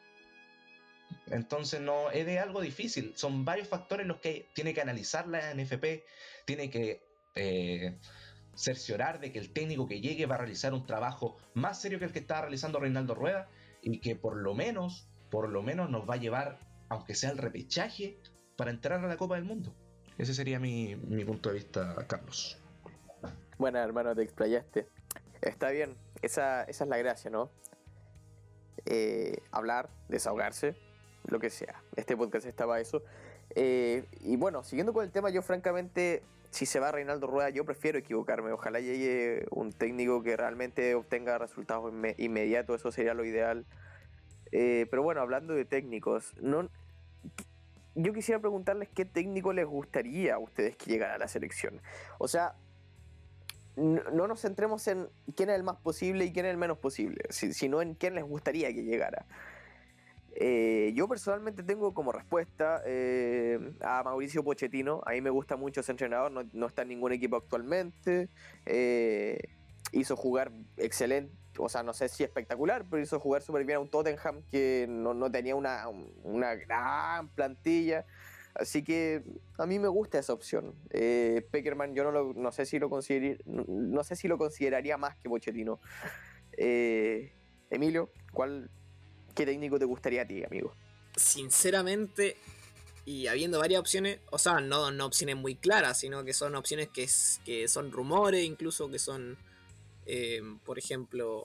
Entonces no es de algo difícil. Son varios factores los que tiene que analizar la N F P, tiene que Eh, cerciorar de que el técnico que llegue va a realizar un trabajo más serio que el que estaba realizando Reinaldo Rueda y que por lo menos, por lo menos nos va a llevar, aunque sea el repechaje, para entrar a la Copa del Mundo. Ese sería mi, mi punto de vista, Carlos. Bueno, hermano, te explayaste. Está bien, esa, esa es la gracia, ¿no? Eh, hablar, desahogarse, lo que sea. Este podcast estaba eso. Eh, y bueno, siguiendo con el tema, yo francamente, si se va Reinaldo Rueda, yo prefiero equivocarme. Ojalá llegue un técnico que realmente obtenga resultados inme- inmediatos, eso sería lo ideal. Eh, pero bueno, hablando de técnicos, no, yo quisiera preguntarles qué técnico les gustaría a ustedes que llegara a la selección. O sea, no, no nos centremos en quién es el más posible y quién es el menos posible, si- sino en quién les gustaría que llegara. Eh, yo personalmente tengo como respuesta eh, a Mauricio Pochettino. A mí me gusta mucho ese entrenador, no, no está en ningún equipo actualmente. Eh, hizo jugar excelente, o sea, no sé si espectacular, pero hizo jugar súper bien a un Tottenham que no, no tenía una, una gran plantilla. Así que a mí me gusta esa opción. Eh, Pekerman yo no, lo, no, sé si lo consider, no, no sé si lo consideraría más que Pochettino. Eh, Emilio, ¿cuál... ¿Qué técnico te gustaría a ti, amigo? Sinceramente, y habiendo varias opciones, o sea, no, no opciones muy claras, sino que son opciones que, es, que son rumores, incluso que son, eh, por ejemplo,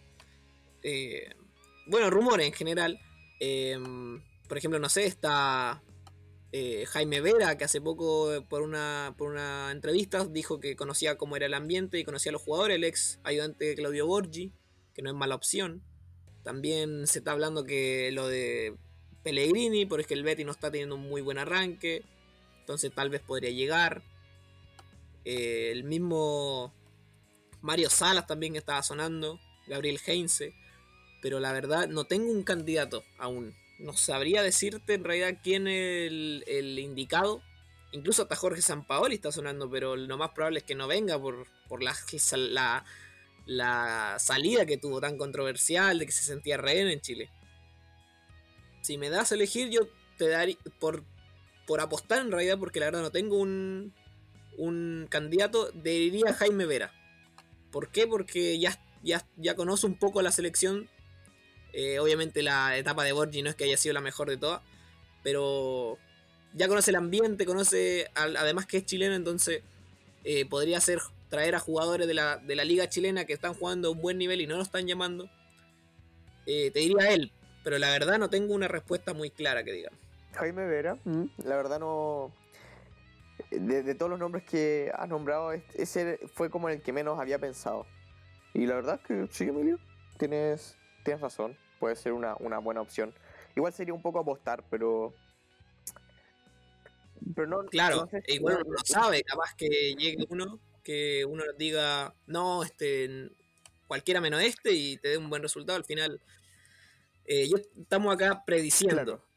eh, bueno, rumores en general. Eh, por ejemplo, no sé, está eh, Jaime Vera, que hace poco por una, por una entrevista dijo que conocía cómo era el ambiente y conocía a los jugadores, el ex ayudante de Claudio Borghi, que no es mala opción. También se está hablando que lo de Pellegrini, porque el Betis no está teniendo un muy buen arranque. entonces tal vez podría llegar. Eh, el mismo Mario Salas también estaba sonando, Gabriel Heinze, pero la verdad no tengo un candidato aún. No sabría decirte en realidad quién es el, el indicado. Incluso hasta Jorge Sampaoli está sonando, pero lo más probable es que no venga por, por la, la, la salida que tuvo tan controversial de que se sentía rehén en Chile. Si me das a elegir, yo te daría por, por apostar en realidad, porque la verdad no tengo un, un candidato, diría Jaime Vera. ¿Por qué? Porque ya, ya, ya conoce un poco la selección. Eh, obviamente la etapa de Borgi no es que haya sido la mejor de todas, pero ya conoce el ambiente, conoce al, además que es chileno, entonces eh, podría ser traer a jugadores de la, de la liga chilena que están jugando a un buen nivel y no lo están llamando. Eh, te diría él, pero la verdad no tengo una respuesta muy clara que diga. Jaime Vera, mm, la verdad no... De, de todos los nombres que has nombrado, ese fue como el que menos había pensado. Y la verdad es que sí, Emilio, tienes, tienes razón, puede ser una, una buena opción. Igual sería un poco apostar, pero... pero no, Claro, no sé, igual no, uno no sabe, capaz que llegue uno que uno diga, no, este, cualquiera menos este y te dé un buen resultado. Al final, eh, yo estamos acá prediciendo. Claro.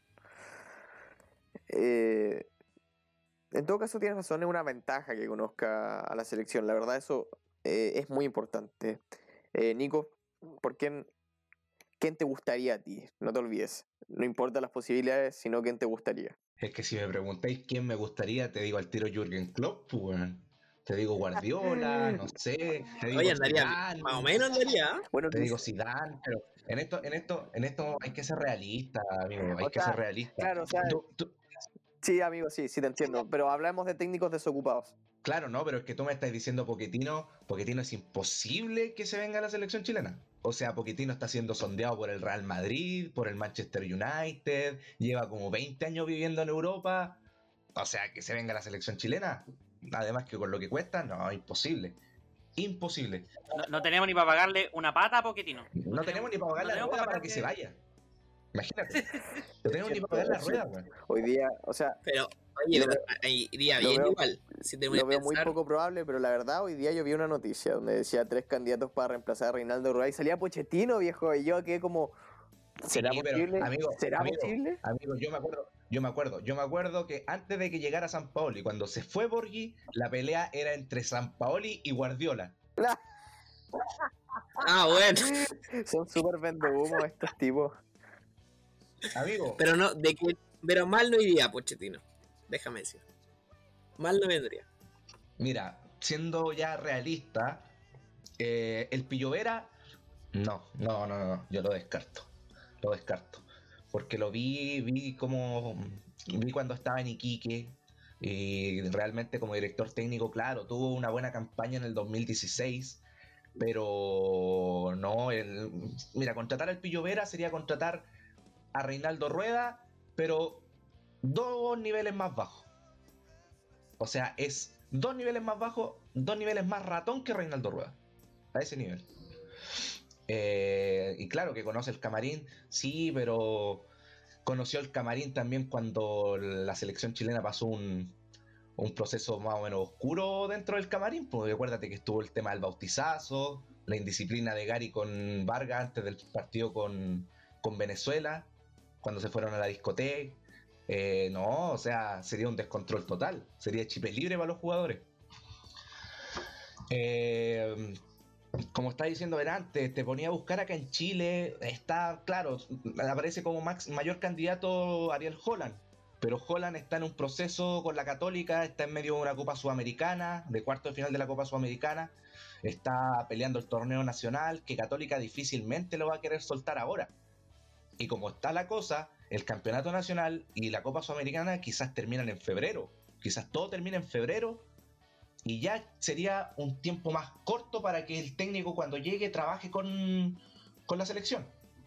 Eh, en todo caso tienes razón, es una ventaja que conozca a la selección. La verdad eso eh, es muy importante. Eh, Nico, ¿por quién, quién te gustaría a ti? No te olvides. No importa las posibilidades, sino quién te gustaría. Es que si me preguntáis quién me gustaría, te digo al tiro Jürgen Klopp, pues, weón. Te digo Guardiola, no sé, te digo Oye, andaría, Zidane, más o menos andaría. ¿eh? Bueno, te tú- digo Zidane, pero en esto, en esto, en esto hay que ser realista, amigo, hay o que sea, ser realista. claro, o sea, Tú- tú- sí, amigo, sí, sí te entiendo. Pero hablamos de técnicos desocupados. claro, no, pero es que tú me estás diciendo Pochettino, Pochettino es imposible que se venga a la selección chilena. O sea, Pochettino está siendo sondeado por el Real Madrid, por el Manchester United, lleva como veinte años viviendo en Europa. O sea, que se venga a la selección chilena. Además que con lo que cuesta, no, imposible. Imposible. No, no tenemos ni para pagarle una pata a Pochettino. No tenemos ni para pagar no la tenemos rueda para para que se pagarle- vaya. Imagínate. No tenemos ni Cierto, para pagar la es rueda, cierto. weón. Hoy día, o sea, Pero, oye, Lo pero veo- ahí iría lo bien veo- igual. Si te voy lo a veo muy pensar, poco probable, pero la verdad hoy día yo vi una noticia donde decía tres candidatos para reemplazar a Reinaldo Rueda y salía Pochettino, viejo, y yo quedé como, ¿será Sí, pero, posible? amigo, ¿Será amigo, posible? amigo, yo me acuerdo, yo me acuerdo, yo me acuerdo que antes de que llegara San Paoli, cuando se fue Borghi, la pelea era entre San Paoli y Guardiola. ah, bueno. Son súper vendehumos estos tipos. Amigo, Pero no, de que, pero mal no iría Pochettino. Déjame decir. Mal no vendría. mira, siendo ya realista, eh, el Pillovera, no, no, no, no, yo lo descarto, lo descarto, porque lo vi, vi como, vi cuando estaba en Iquique, y realmente como director técnico, claro, tuvo una buena campaña en el dos mil dieciséis, pero no, el, mira, contratar al Pillovera sería contratar a Reinaldo Rueda, pero dos niveles más bajos. O sea, es dos niveles más bajo, dos niveles más ratón que Reinaldo Rueda. A ese nivel. Eh, y claro que conoce el camarín, sí, pero conoció el camarín también cuando la selección chilena pasó un, un proceso más o menos oscuro dentro del camarín. Porque acuérdate que estuvo el tema del bautizazo, la indisciplina de Gary con Vargas antes del partido con, con Venezuela, cuando se fueron a la discoteca. Eh, no, o sea, sería un descontrol total. Sería chip libre para los jugadores. Eh, como estaba diciendo antes, te ponía a buscar acá en Chile. Está, claro, aparece como max, mayor candidato Ariel Holland. Pero Holland está en un proceso con la Católica, está en medio de una Copa Sudamericana, de cuarto de final de la Copa Sudamericana. Está peleando el torneo nacional, que Católica difícilmente lo va a querer soltar ahora. Y como está la cosa, el campeonato nacional y la Copa Sudamericana quizás terminan en febrero. Quizás todo termine en febrero y ya sería un tiempo más corto para que el técnico cuando llegue trabaje con, con la selección.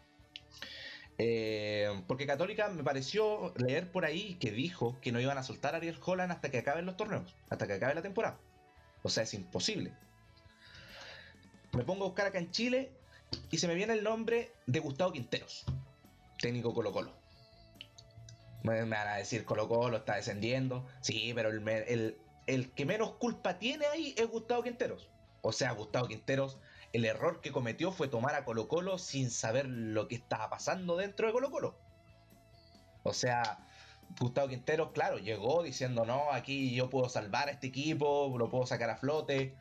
Eh, porque Católica me pareció leer por ahí que dijo que no iban a soltar a Ariel Holland hasta que acaben los torneos, hasta que acabe la temporada. O sea, es imposible. Me pongo a buscar acá en Chile y se me viene el nombre de Gustavo Quinteros, técnico Colo Colo. Me, me van a decir Colo Colo está descendiendo. Sí, pero el, el, el que menos culpa tiene ahí es Gustavo Quinteros. O sea, Gustavo Quinteros, el error que cometió fue tomar a Colo Colo sin saber lo que estaba pasando dentro de Colo Colo. O sea, Gustavo Quinteros, claro, llegó diciendo, no, aquí yo puedo salvar a este equipo, lo puedo sacar a flote.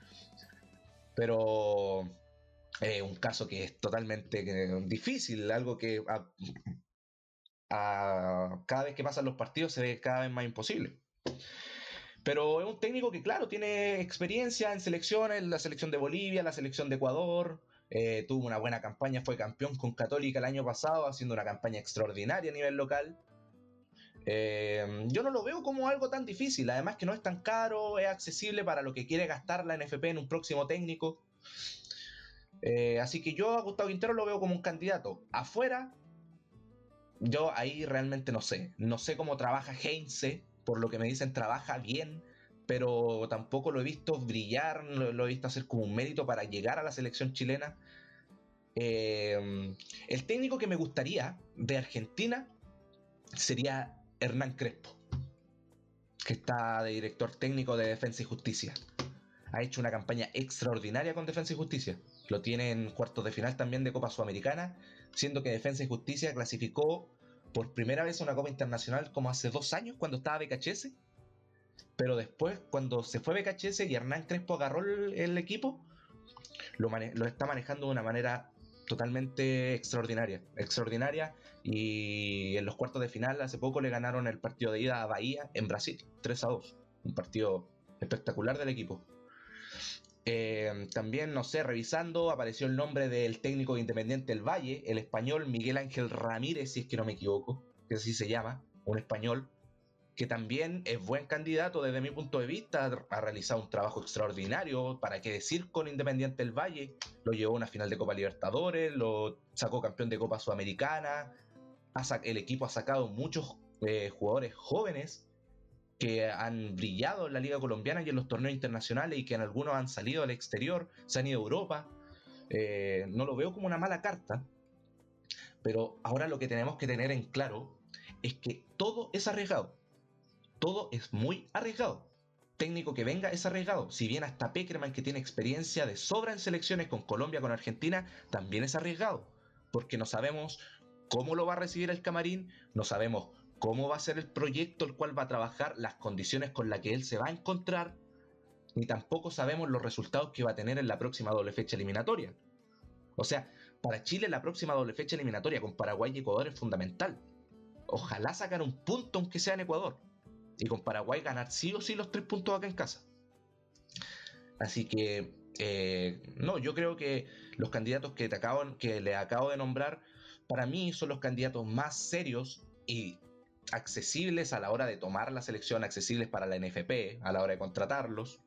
Pero es eh, un caso que es totalmente eh, difícil, algo que a, a, cada vez que pasan los partidos se ve cada vez más imposible. Pero es un técnico que, claro, tiene experiencia en selecciones, la selección de Bolivia, la selección de Ecuador, eh, tuvo una buena campaña, fue campeón con Católica el año pasado, haciendo una campaña extraordinaria a nivel local. Eh, yo no lo veo como algo tan difícil, además que no es tan caro, es accesible para lo que quiere gastar la N F P en un próximo técnico. Eh, así que yo a Gustavo Quintero lo veo como un candidato. Afuera, yo ahí realmente no sé. No sé cómo trabaja Heinze, por lo que me dicen trabaja bien, pero tampoco lo he visto brillar, lo, lo he visto hacer como un mérito para llegar a la selección chilena. Eh, el técnico que me gustaría de Argentina sería Hernán Crespo, que está de director técnico de Defensa y Justicia. Ha hecho una campaña extraordinaria con Defensa y Justicia. Lo tiene en cuartos de final también de Copa Sudamericana, siendo que Defensa y Justicia clasificó por primera vez a una Copa Internacional como hace dos años cuando estaba Becachese. Pero después, cuando se fue Becachese y Hernán Crespo agarró el, el equipo, lo, mane- lo está manejando de una manera totalmente extraordinaria. Extraordinaria. Y en los cuartos de final hace poco le ganaron el partido de ida a Bahía en Brasil, tres a dos. Un partido espectacular del equipo. Eh, también, no sé, revisando, apareció el nombre del técnico de Independiente del Valle, el español Miguel Ángel Ramírez, si es que no me equivoco, que así se llama, un español, que también es buen candidato desde mi punto de vista, ha realizado un trabajo extraordinario, para qué decir con Independiente del Valle, lo llevó a una final de Copa Libertadores, lo sacó campeón de Copa Sudamericana, ha sac- el equipo ha sacado muchos eh, jugadores jóvenes, que han brillado en la Liga Colombiana y en los torneos internacionales y que en algunos han salido al exterior, se han ido a Europa. Eh, no lo veo como una mala carta, pero ahora lo que tenemos que tener en claro es que todo es arriesgado. Todo es muy arriesgado. Técnico que venga es arriesgado. Si bien hasta Pekerman, que tiene experiencia de sobra en selecciones con Colombia, con Argentina, también es arriesgado. Porque no sabemos cómo lo va a recibir el camarín, no sabemos cómo va a ser el proyecto el cual va a trabajar, las condiciones con las que él se va a encontrar, ni tampoco sabemos los resultados que va a tener en la próxima doble fecha eliminatoria. O sea, para Chile la próxima doble fecha eliminatoria con Paraguay y Ecuador es fundamental. Ojalá sacar un punto aunque sea en Ecuador. Y con Paraguay ganar sí o sí los tres puntos acá en casa. Así que, eh, no, yo creo que los candidatos que, te acabo, que le acabo de nombrar, para mí son los candidatos más serios y accesibles a la hora de tomar la selección, accesibles para la N F P, a la hora de contratarlos.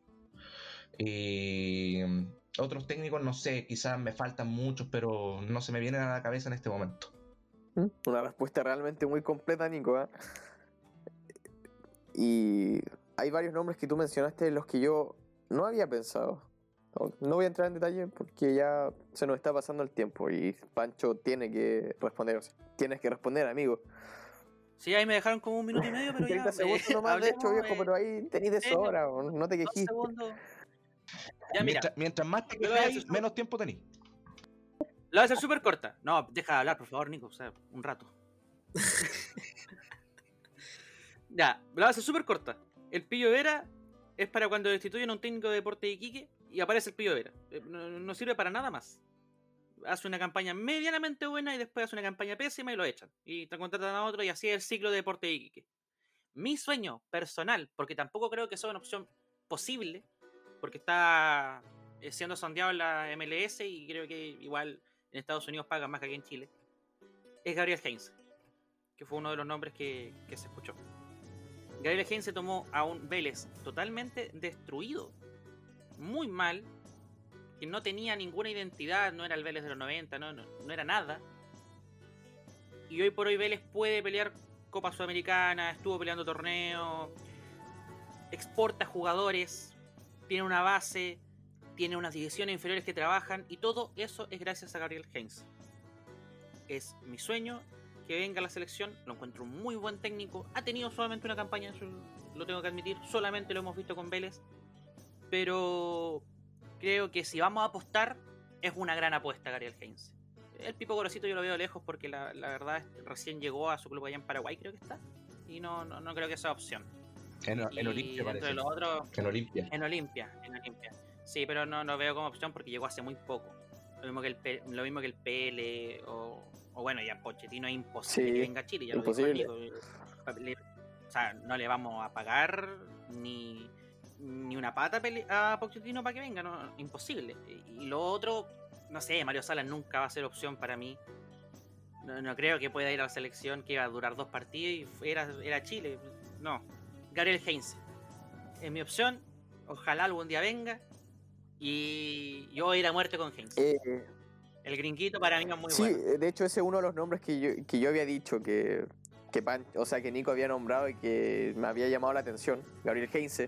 Y otros técnicos, no sé, quizás me faltan muchos, pero no se me vienen a la cabeza en este momento. Una respuesta realmente muy completa, Nico, ¿eh? Y hay varios nombres que tú mencionaste en los que yo no había pensado. No, no voy a entrar en detalle porque ya se nos está pasando el tiempo y Pancho tiene que responder. O sea, tienes que responder, amigo. Sí, ahí me dejaron como un minuto y medio, pero ya. treinta segundos eh, nomás, de hecho, hablemos, viejo, eh, pero ahí tenés de eh, sobra, no, no te dos quejí. segundos. Ya, mira, Mientras, mientras más te Yo lo voy a quejáis, hacer menos tiempo tenéis. la voy a hacer súper corta. No, deja de hablar, por favor, Nico, o sea, un rato. Ya, la voy a hacer súper corta. El Pillo Vera es para cuando destituyen a un técnico de Deportes de Iquique y aparece el Pillo Vera. Eh, No, no sirve para nada más. Hace una campaña medianamente buena y después hace una campaña pésima y lo echan. Y te contratan a otro y así es el ciclo de Deportes de Iquique. Mi sueño personal, porque tampoco creo que sea una opción posible, porque está eh, siendo sondeado en la M L S y creo que igual en Estados Unidos pagan más que aquí en Chile, es Gabriel Heinze, que fue uno de los nombres que, que se escuchó. Gabriel Heinze tomó a un Vélez totalmente destruido, muy mal, que no tenía ninguna identidad, no era el Vélez de los noventa, no, no, no era nada. Y hoy por hoy Vélez puede pelear Copa Sudamericana, estuvo peleando torneos, exporta jugadores, tiene una base, tiene unas divisiones inferiores que trabajan y todo eso es gracias a Gabriel Heinze. Es mi sueño que venga a la selección. Lo encuentro un muy buen técnico. Ha tenido solamente una campaña, eso lo tengo que admitir. Solamente lo hemos visto con Vélez. Pero creo que si vamos a apostar, es una gran apuesta Gabriel Heinze. El Pipo Gorosito yo lo veo lejos porque la, la verdad es que recién llegó a su club allá en Paraguay, creo que está. Y no, no, no creo que sea opción. En, en Y Olimpia dentro parece. de los otros, En Olimpia. en Olimpia, en Olimpia. Sí, pero no lo veo como opción porque llegó hace muy poco. Lo mismo que el, P- lo mismo que el P L o, o bueno, ya Pochettino es imposible Sí, que venga a Chile, ya imposible. lo dijo el Nico. Le- O sea, no le vamos a pagar ni, ni una pata a Pele- a Pochettino para que venga, no, imposible. Y, y lo otro, no sé, Mario Salas nunca va a ser opción para mí. No, no creo que pueda ir a la selección que iba a durar dos partidos y fu- era, era Chile. No. Gabriel Heinze es mi opción. Ojalá algún día venga. Y yo voy a ir a muerte con Heinze. Eh, El gringuito para mí es muy sí, bueno. de hecho ese es uno de los nombres que yo, que yo había dicho que, que Pan- o sea, que Nico había nombrado y que me había llamado la atención, Gabriel Heinze.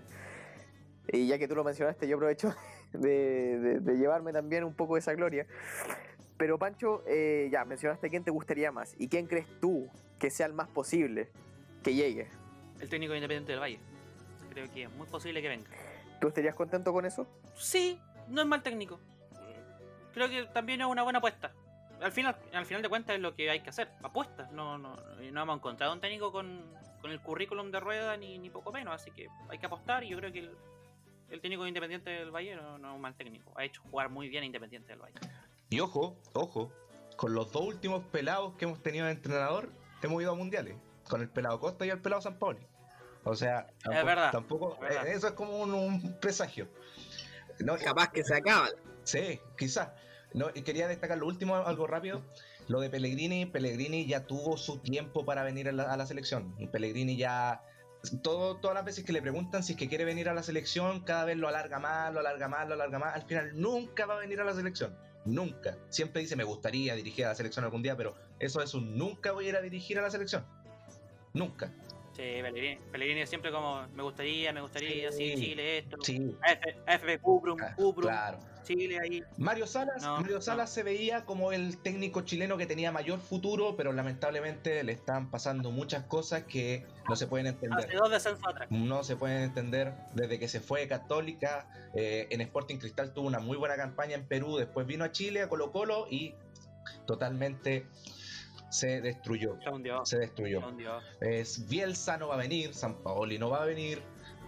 Y ya que tú lo mencionaste, yo aprovecho de, de- de llevarme también un poco de esa gloria. Pero Pancho, eh, ya mencionaste quién te gustaría más y quién crees tú que sea el más posible que llegue. El técnico de Independiente del Valle. Creo que es muy posible que venga. ¿Tú estarías contento con eso? Sí, no es mal técnico. Creo que también es una buena apuesta. Al final, al final de cuentas es lo que hay que hacer, apuestas. No, no, no hemos encontrado un técnico con, con el currículum de Rueda ni, ni poco menos, así que hay que apostar y yo creo que el, el técnico de Independiente del Valle no, no es un mal técnico. Ha hecho jugar muy bien a Independiente del Valle. Y ojo, ojo, con los dos últimos pelados que hemos tenido de entrenador, hemos ido a mundiales. Con el pelado Costa y el pelado Sampaoli. O sea, tampoco, verdad, tampoco es verdad. eh, eso es como un, un presagio. No, Capaz que se acaba. sí, quizás. No, y quería destacar lo último, algo rápido. Lo de Pellegrini, Pellegrini ya tuvo su tiempo para venir a la, a la selección. Pellegrini ya, todo, todas las veces que le preguntan si es que quiere venir a la selección, cada vez lo alarga más, lo alarga más, lo alarga más. Al final nunca va a venir a la selección. Nunca. Siempre dice, me gustaría dirigir a la selección algún día, pero eso es un nunca voy a ir a dirigir a la selección. Nunca. Sí, Pellegrini, Pellegrini es siempre como me gustaría, me gustaría, sí, Sí, Chile, esto. Sí, A F P Cuprum, ah, Cuprum, claro. Chile ahí. Mario Salas, No, Mario no. Salas se veía como el técnico chileno que tenía mayor futuro, pero lamentablemente le están pasando muchas cosas que no se pueden entender. Hace dos descensos atrás. No se pueden entender desde que se fue de Católica. Eh, en Sporting Cristal tuvo una muy buena campaña en Perú, después vino a Chile, a Colo Colo y totalmente se destruyó. Se hundió. Se destruyó. Se hundió. Es, Bielsa no va a venir, Sampaoli no va a venir.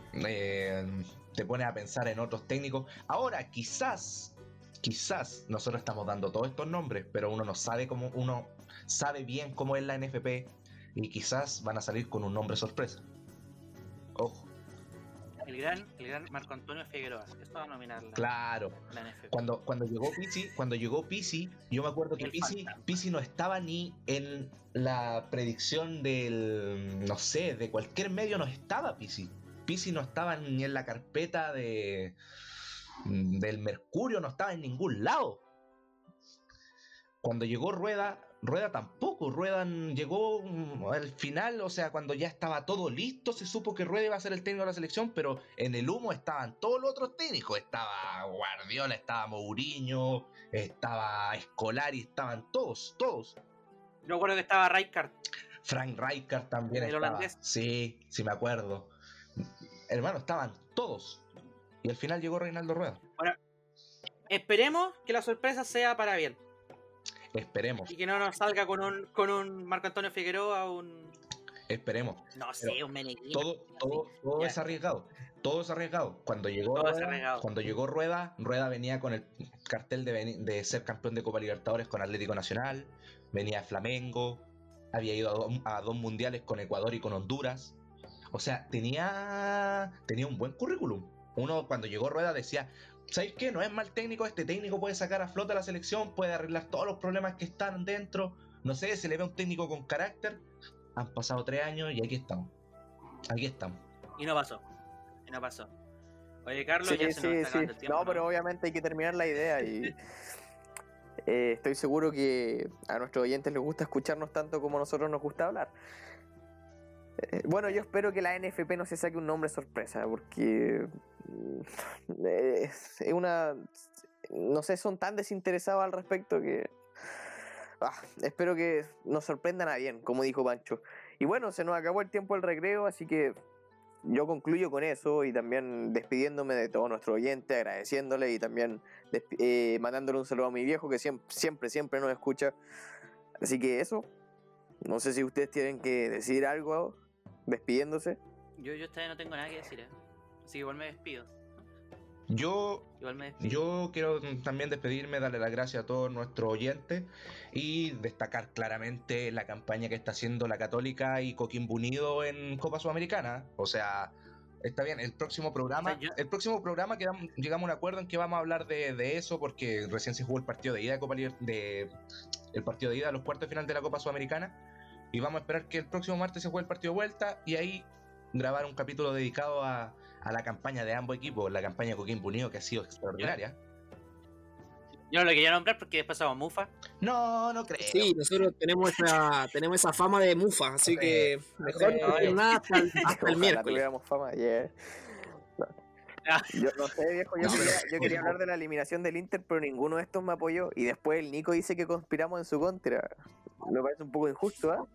Eh, te pones a pensar en otros técnicos. Ahora, quizás, quizás nosotros estamos dando todos estos nombres, pero uno no sabe cómo, uno sabe bien cómo es la N F P y quizás van a salir con un nombre sorpresa. Ojo, El gran, el gran Marco Antonio Figueroa. Esto va a nominar la, claro. la N F P. Cuando, cuando llegó Pizzi, cuando llegó Pizzi, yo me acuerdo que El Pizzi, fantasma. Pizzi no estaba ni en la predicción del, no sé, de cualquier medio no estaba Pizzi. Pizzi no estaba ni en la carpeta de del Mercurio, no estaba en ningún lado. Cuando llegó Rueda, Rueda tampoco, Rueda llegó al final, o sea, cuando ya estaba todo listo, se supo que Rueda iba a ser el técnico de la selección, pero en el humo estaban todos los otros técnicos, estaba Guardiola, estaba Mourinho, estaba Scolari, estaban todos, todos. Yo recuerdo que estaba Rijkaard. Frank Rijkaard también ¿El estaba. holandés? Sí, sí me acuerdo. Hermano, estaban todos. Y al final llegó Reinaldo Rueda. Esperemos que la sorpresa sea para bien. Esperemos, Y que no nos salga con un, con un Marco Antonio Figueroa, un. esperemos. No sé, Pero un Meneghini. Todo, todo, todo Ya. es arriesgado. Todo es arriesgado. Cuando llegó Todo es Rueda, arriesgado. cuando llegó Rueda, Rueda venía con el cartel de, veni- de ser campeón de Copa Libertadores con Atlético Nacional, venía de Flamengo, había ido a, do- a dos mundiales con Ecuador y con Honduras. O sea, tenía, tenía un buen currículum. Uno cuando llegó Rueda decía, ¿sabéis qué? No es mal técnico, este técnico puede sacar a flote a la selección, puede arreglar todos los problemas que están dentro. No sé, se le ve un técnico con carácter. Han pasado tres años y aquí estamos. Aquí estamos. Y no pasó. Y no pasó. Oye, Carlos, Sí, ya se nos sí, está sí. acabando el tiempo. No, pero obviamente hay que terminar la idea y eh, estoy seguro que a nuestros oyentes les gusta escucharnos tanto como a nosotros nos gusta hablar. Eh, bueno, yo espero que la N F P no se saque un nombre sorpresa, porque mm, es es una... No sé, son tan desinteresados al respecto que ah, espero que nos sorprendan a bien, como dijo Pancho. Y bueno, se nos acabó el tiempo del recreo, así que yo concluyo con eso y también despidiéndome de todos nuestros oyentes, agradeciéndole y también eh, mandándole un saludo a mi viejo que siempre, siempre, siempre nos escucha. Así que eso, no sé si ustedes tienen que decir algo despidiéndose. Yo, yo esta vez no tengo nada que decir, ¿eh? Así que igual me despido. Yo, Igual me despido. yo quiero también despedirme, darle las gracias a todos nuestros oyentes y destacar claramente la campaña que está haciendo la Católica y Coquimbo Unido en Copa Sudamericana. O sea, está bien, el próximo programa, O sea, yo- el próximo programa quedamos, llegamos a un acuerdo en que vamos a hablar de, de eso porque recién se jugó el partido de ida de Copa Liber- de el partido de ida a los cuartos de final de la Copa Sudamericana y vamos a esperar que el próximo martes se juegue el partido de vuelta y ahí grabar un capítulo dedicado a, a la campaña de ambos equipos, la campaña de Coquimbo Unido que ha sido extraordinaria. Yo no lo quería nombrar porque después somos mufa. No, no creo. Sí, nosotros tenemos esa, tenemos esa fama de mufa, así Sí. que mejor Sí, no decir oye. nada hasta el, hasta el Ojalá miércoles. tuviéramos fama, yeah. No. Ah. Yo no sé, viejo, yo No, quería, pero- yo quería hablar de la eliminación del Inter, pero ninguno de estos me apoyó. Y después el Nico dice que conspiramos en su contra. Me parece un poco injusto, ¿ah?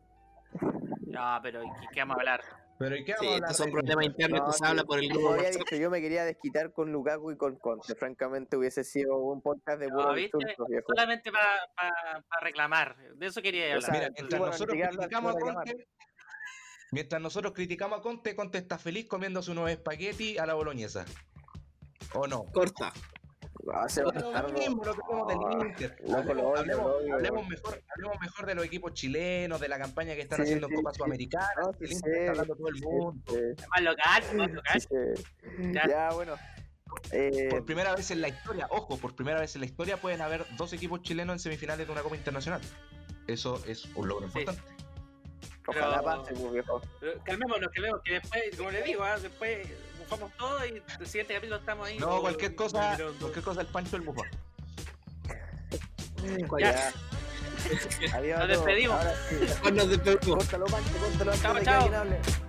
No, pero ¿qué, qué vamos a hablar? Pero ¿y qué Sí, vamos a hablar estos son de- problemas internos No, que se sí, habla por el como grupo había WhatsApp. dicho, yo me quería desquitar con Lukaku y con Conte. Francamente hubiese sido un podcast de No, puros ¿viste? insultos, viejo. Solamente para pa, pa reclamar. De eso quería O hablar. sea, Mira, sí, mientras bueno, nosotros ni siquiera criticamos a hablar, no Conte, mientras nosotros criticamos a Conte, Conte está feliz comiéndose unos espagueti a la boloñesa. ¿O no? Corta. Ah, se va a Lo estar- mismo, lo que vemos del Inter. no, Hablemos, lo odio, hablemos- lo odio. hablemos mejor, hablemos mejor de los equipos chilenos, de la campaña que están Sí, haciendo sí, en Copa sí. Sudamericana. No, El sí Inter sé, está hablando todo el mundo. sí, Más local, más local. sí, sí. Ya. Ya, bueno. Eh, Por primera vez en la historia, ojo, por primera vez en la historia pueden haber dos equipos chilenos en semifinales de una Copa Internacional. Eso es un logro Sí. importante. ojalá pero- pase, pues, viejo. Pero calmémonos, calmémonos, que después, como le digo, ¿ah? después bufamos todo y el siguiente capítulo estamos ahí. No, oh, cualquier cosa, mirando. cualquier cosa el Pancho el Bufón. Ya. Adiós. Nos despedimos. Ahora sí. Después nos despedimos. Córtalo, Pancho, córtalo antes Chao, de que chao. alguien hable.